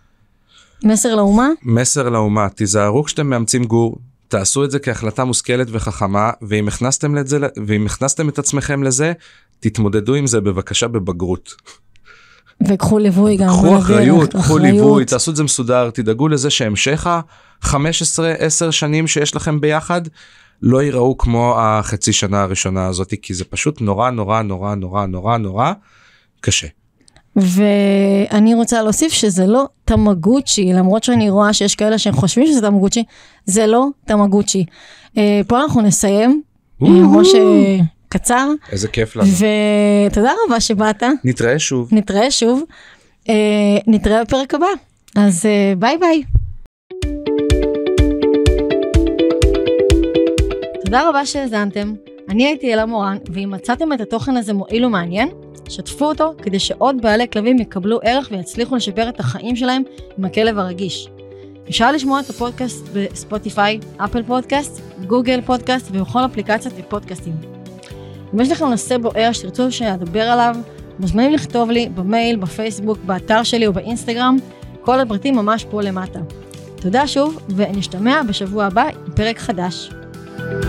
מסר לאומה? מסר לאומה, תיזהרו כשאתם מאמצים גור, תעשו את זה כהחלטה מושכלת וחכמה, ואם הכנסתם, לזה, ואם הכנסתם את עצמכם לזה, תתמודדו עם זה בבקשה בבגרות. וקחו ליווי גם. קחו אחריות, קחו ליווי, תעשו את זה מסודר, תדאגו לזה שהמשך ה-חמש עשרה עשר שנים שיש לכם ביחד, לא ייראו כמו החצי שנה הראשונה הזאת, כי זה פשוט נורא נורא נורא נורא נורא נורא קשה. ואני רוצה להוסיף שזה לא תמגוצ'י, למרות שאני רואה שיש כאלה שהם חושבים שזה תמגוצ'י, זה לא תמגוצ'י. פה אנחנו נסיים, ממש קצר. איזה כיף לנו. ותודה רבה שבאת. נתראה שוב. נתראה שוב. נתראה בפרק הבא. אז ביי ביי. תודה רבה שהאזנתם. אני הייתי אלה מורן, ואם מצאתם את התוכן הזה מועיל ומעניין, שתפו אותו כדי שעוד בעלי כלבים יקבלו ערך ויצליחו לשפר את החיים שלהם עם הכלב הרגיש. אפשר לשמוע את הפודקאסט בספוטיפיי, אפל פודקאסט, גוגל פודקאסט ובכל אפליקציות ופודקאסטים. אם יש לכם נושא בוער שתרצו שידבר עליו, מוזמנים לכתוב לי במייל, בפייסבוק, באתר שלי או באינסטגרם, כל הפרטים ממש פה למטה. תודה שוב ונשתמע בשבוע הבא עם פרק חדש.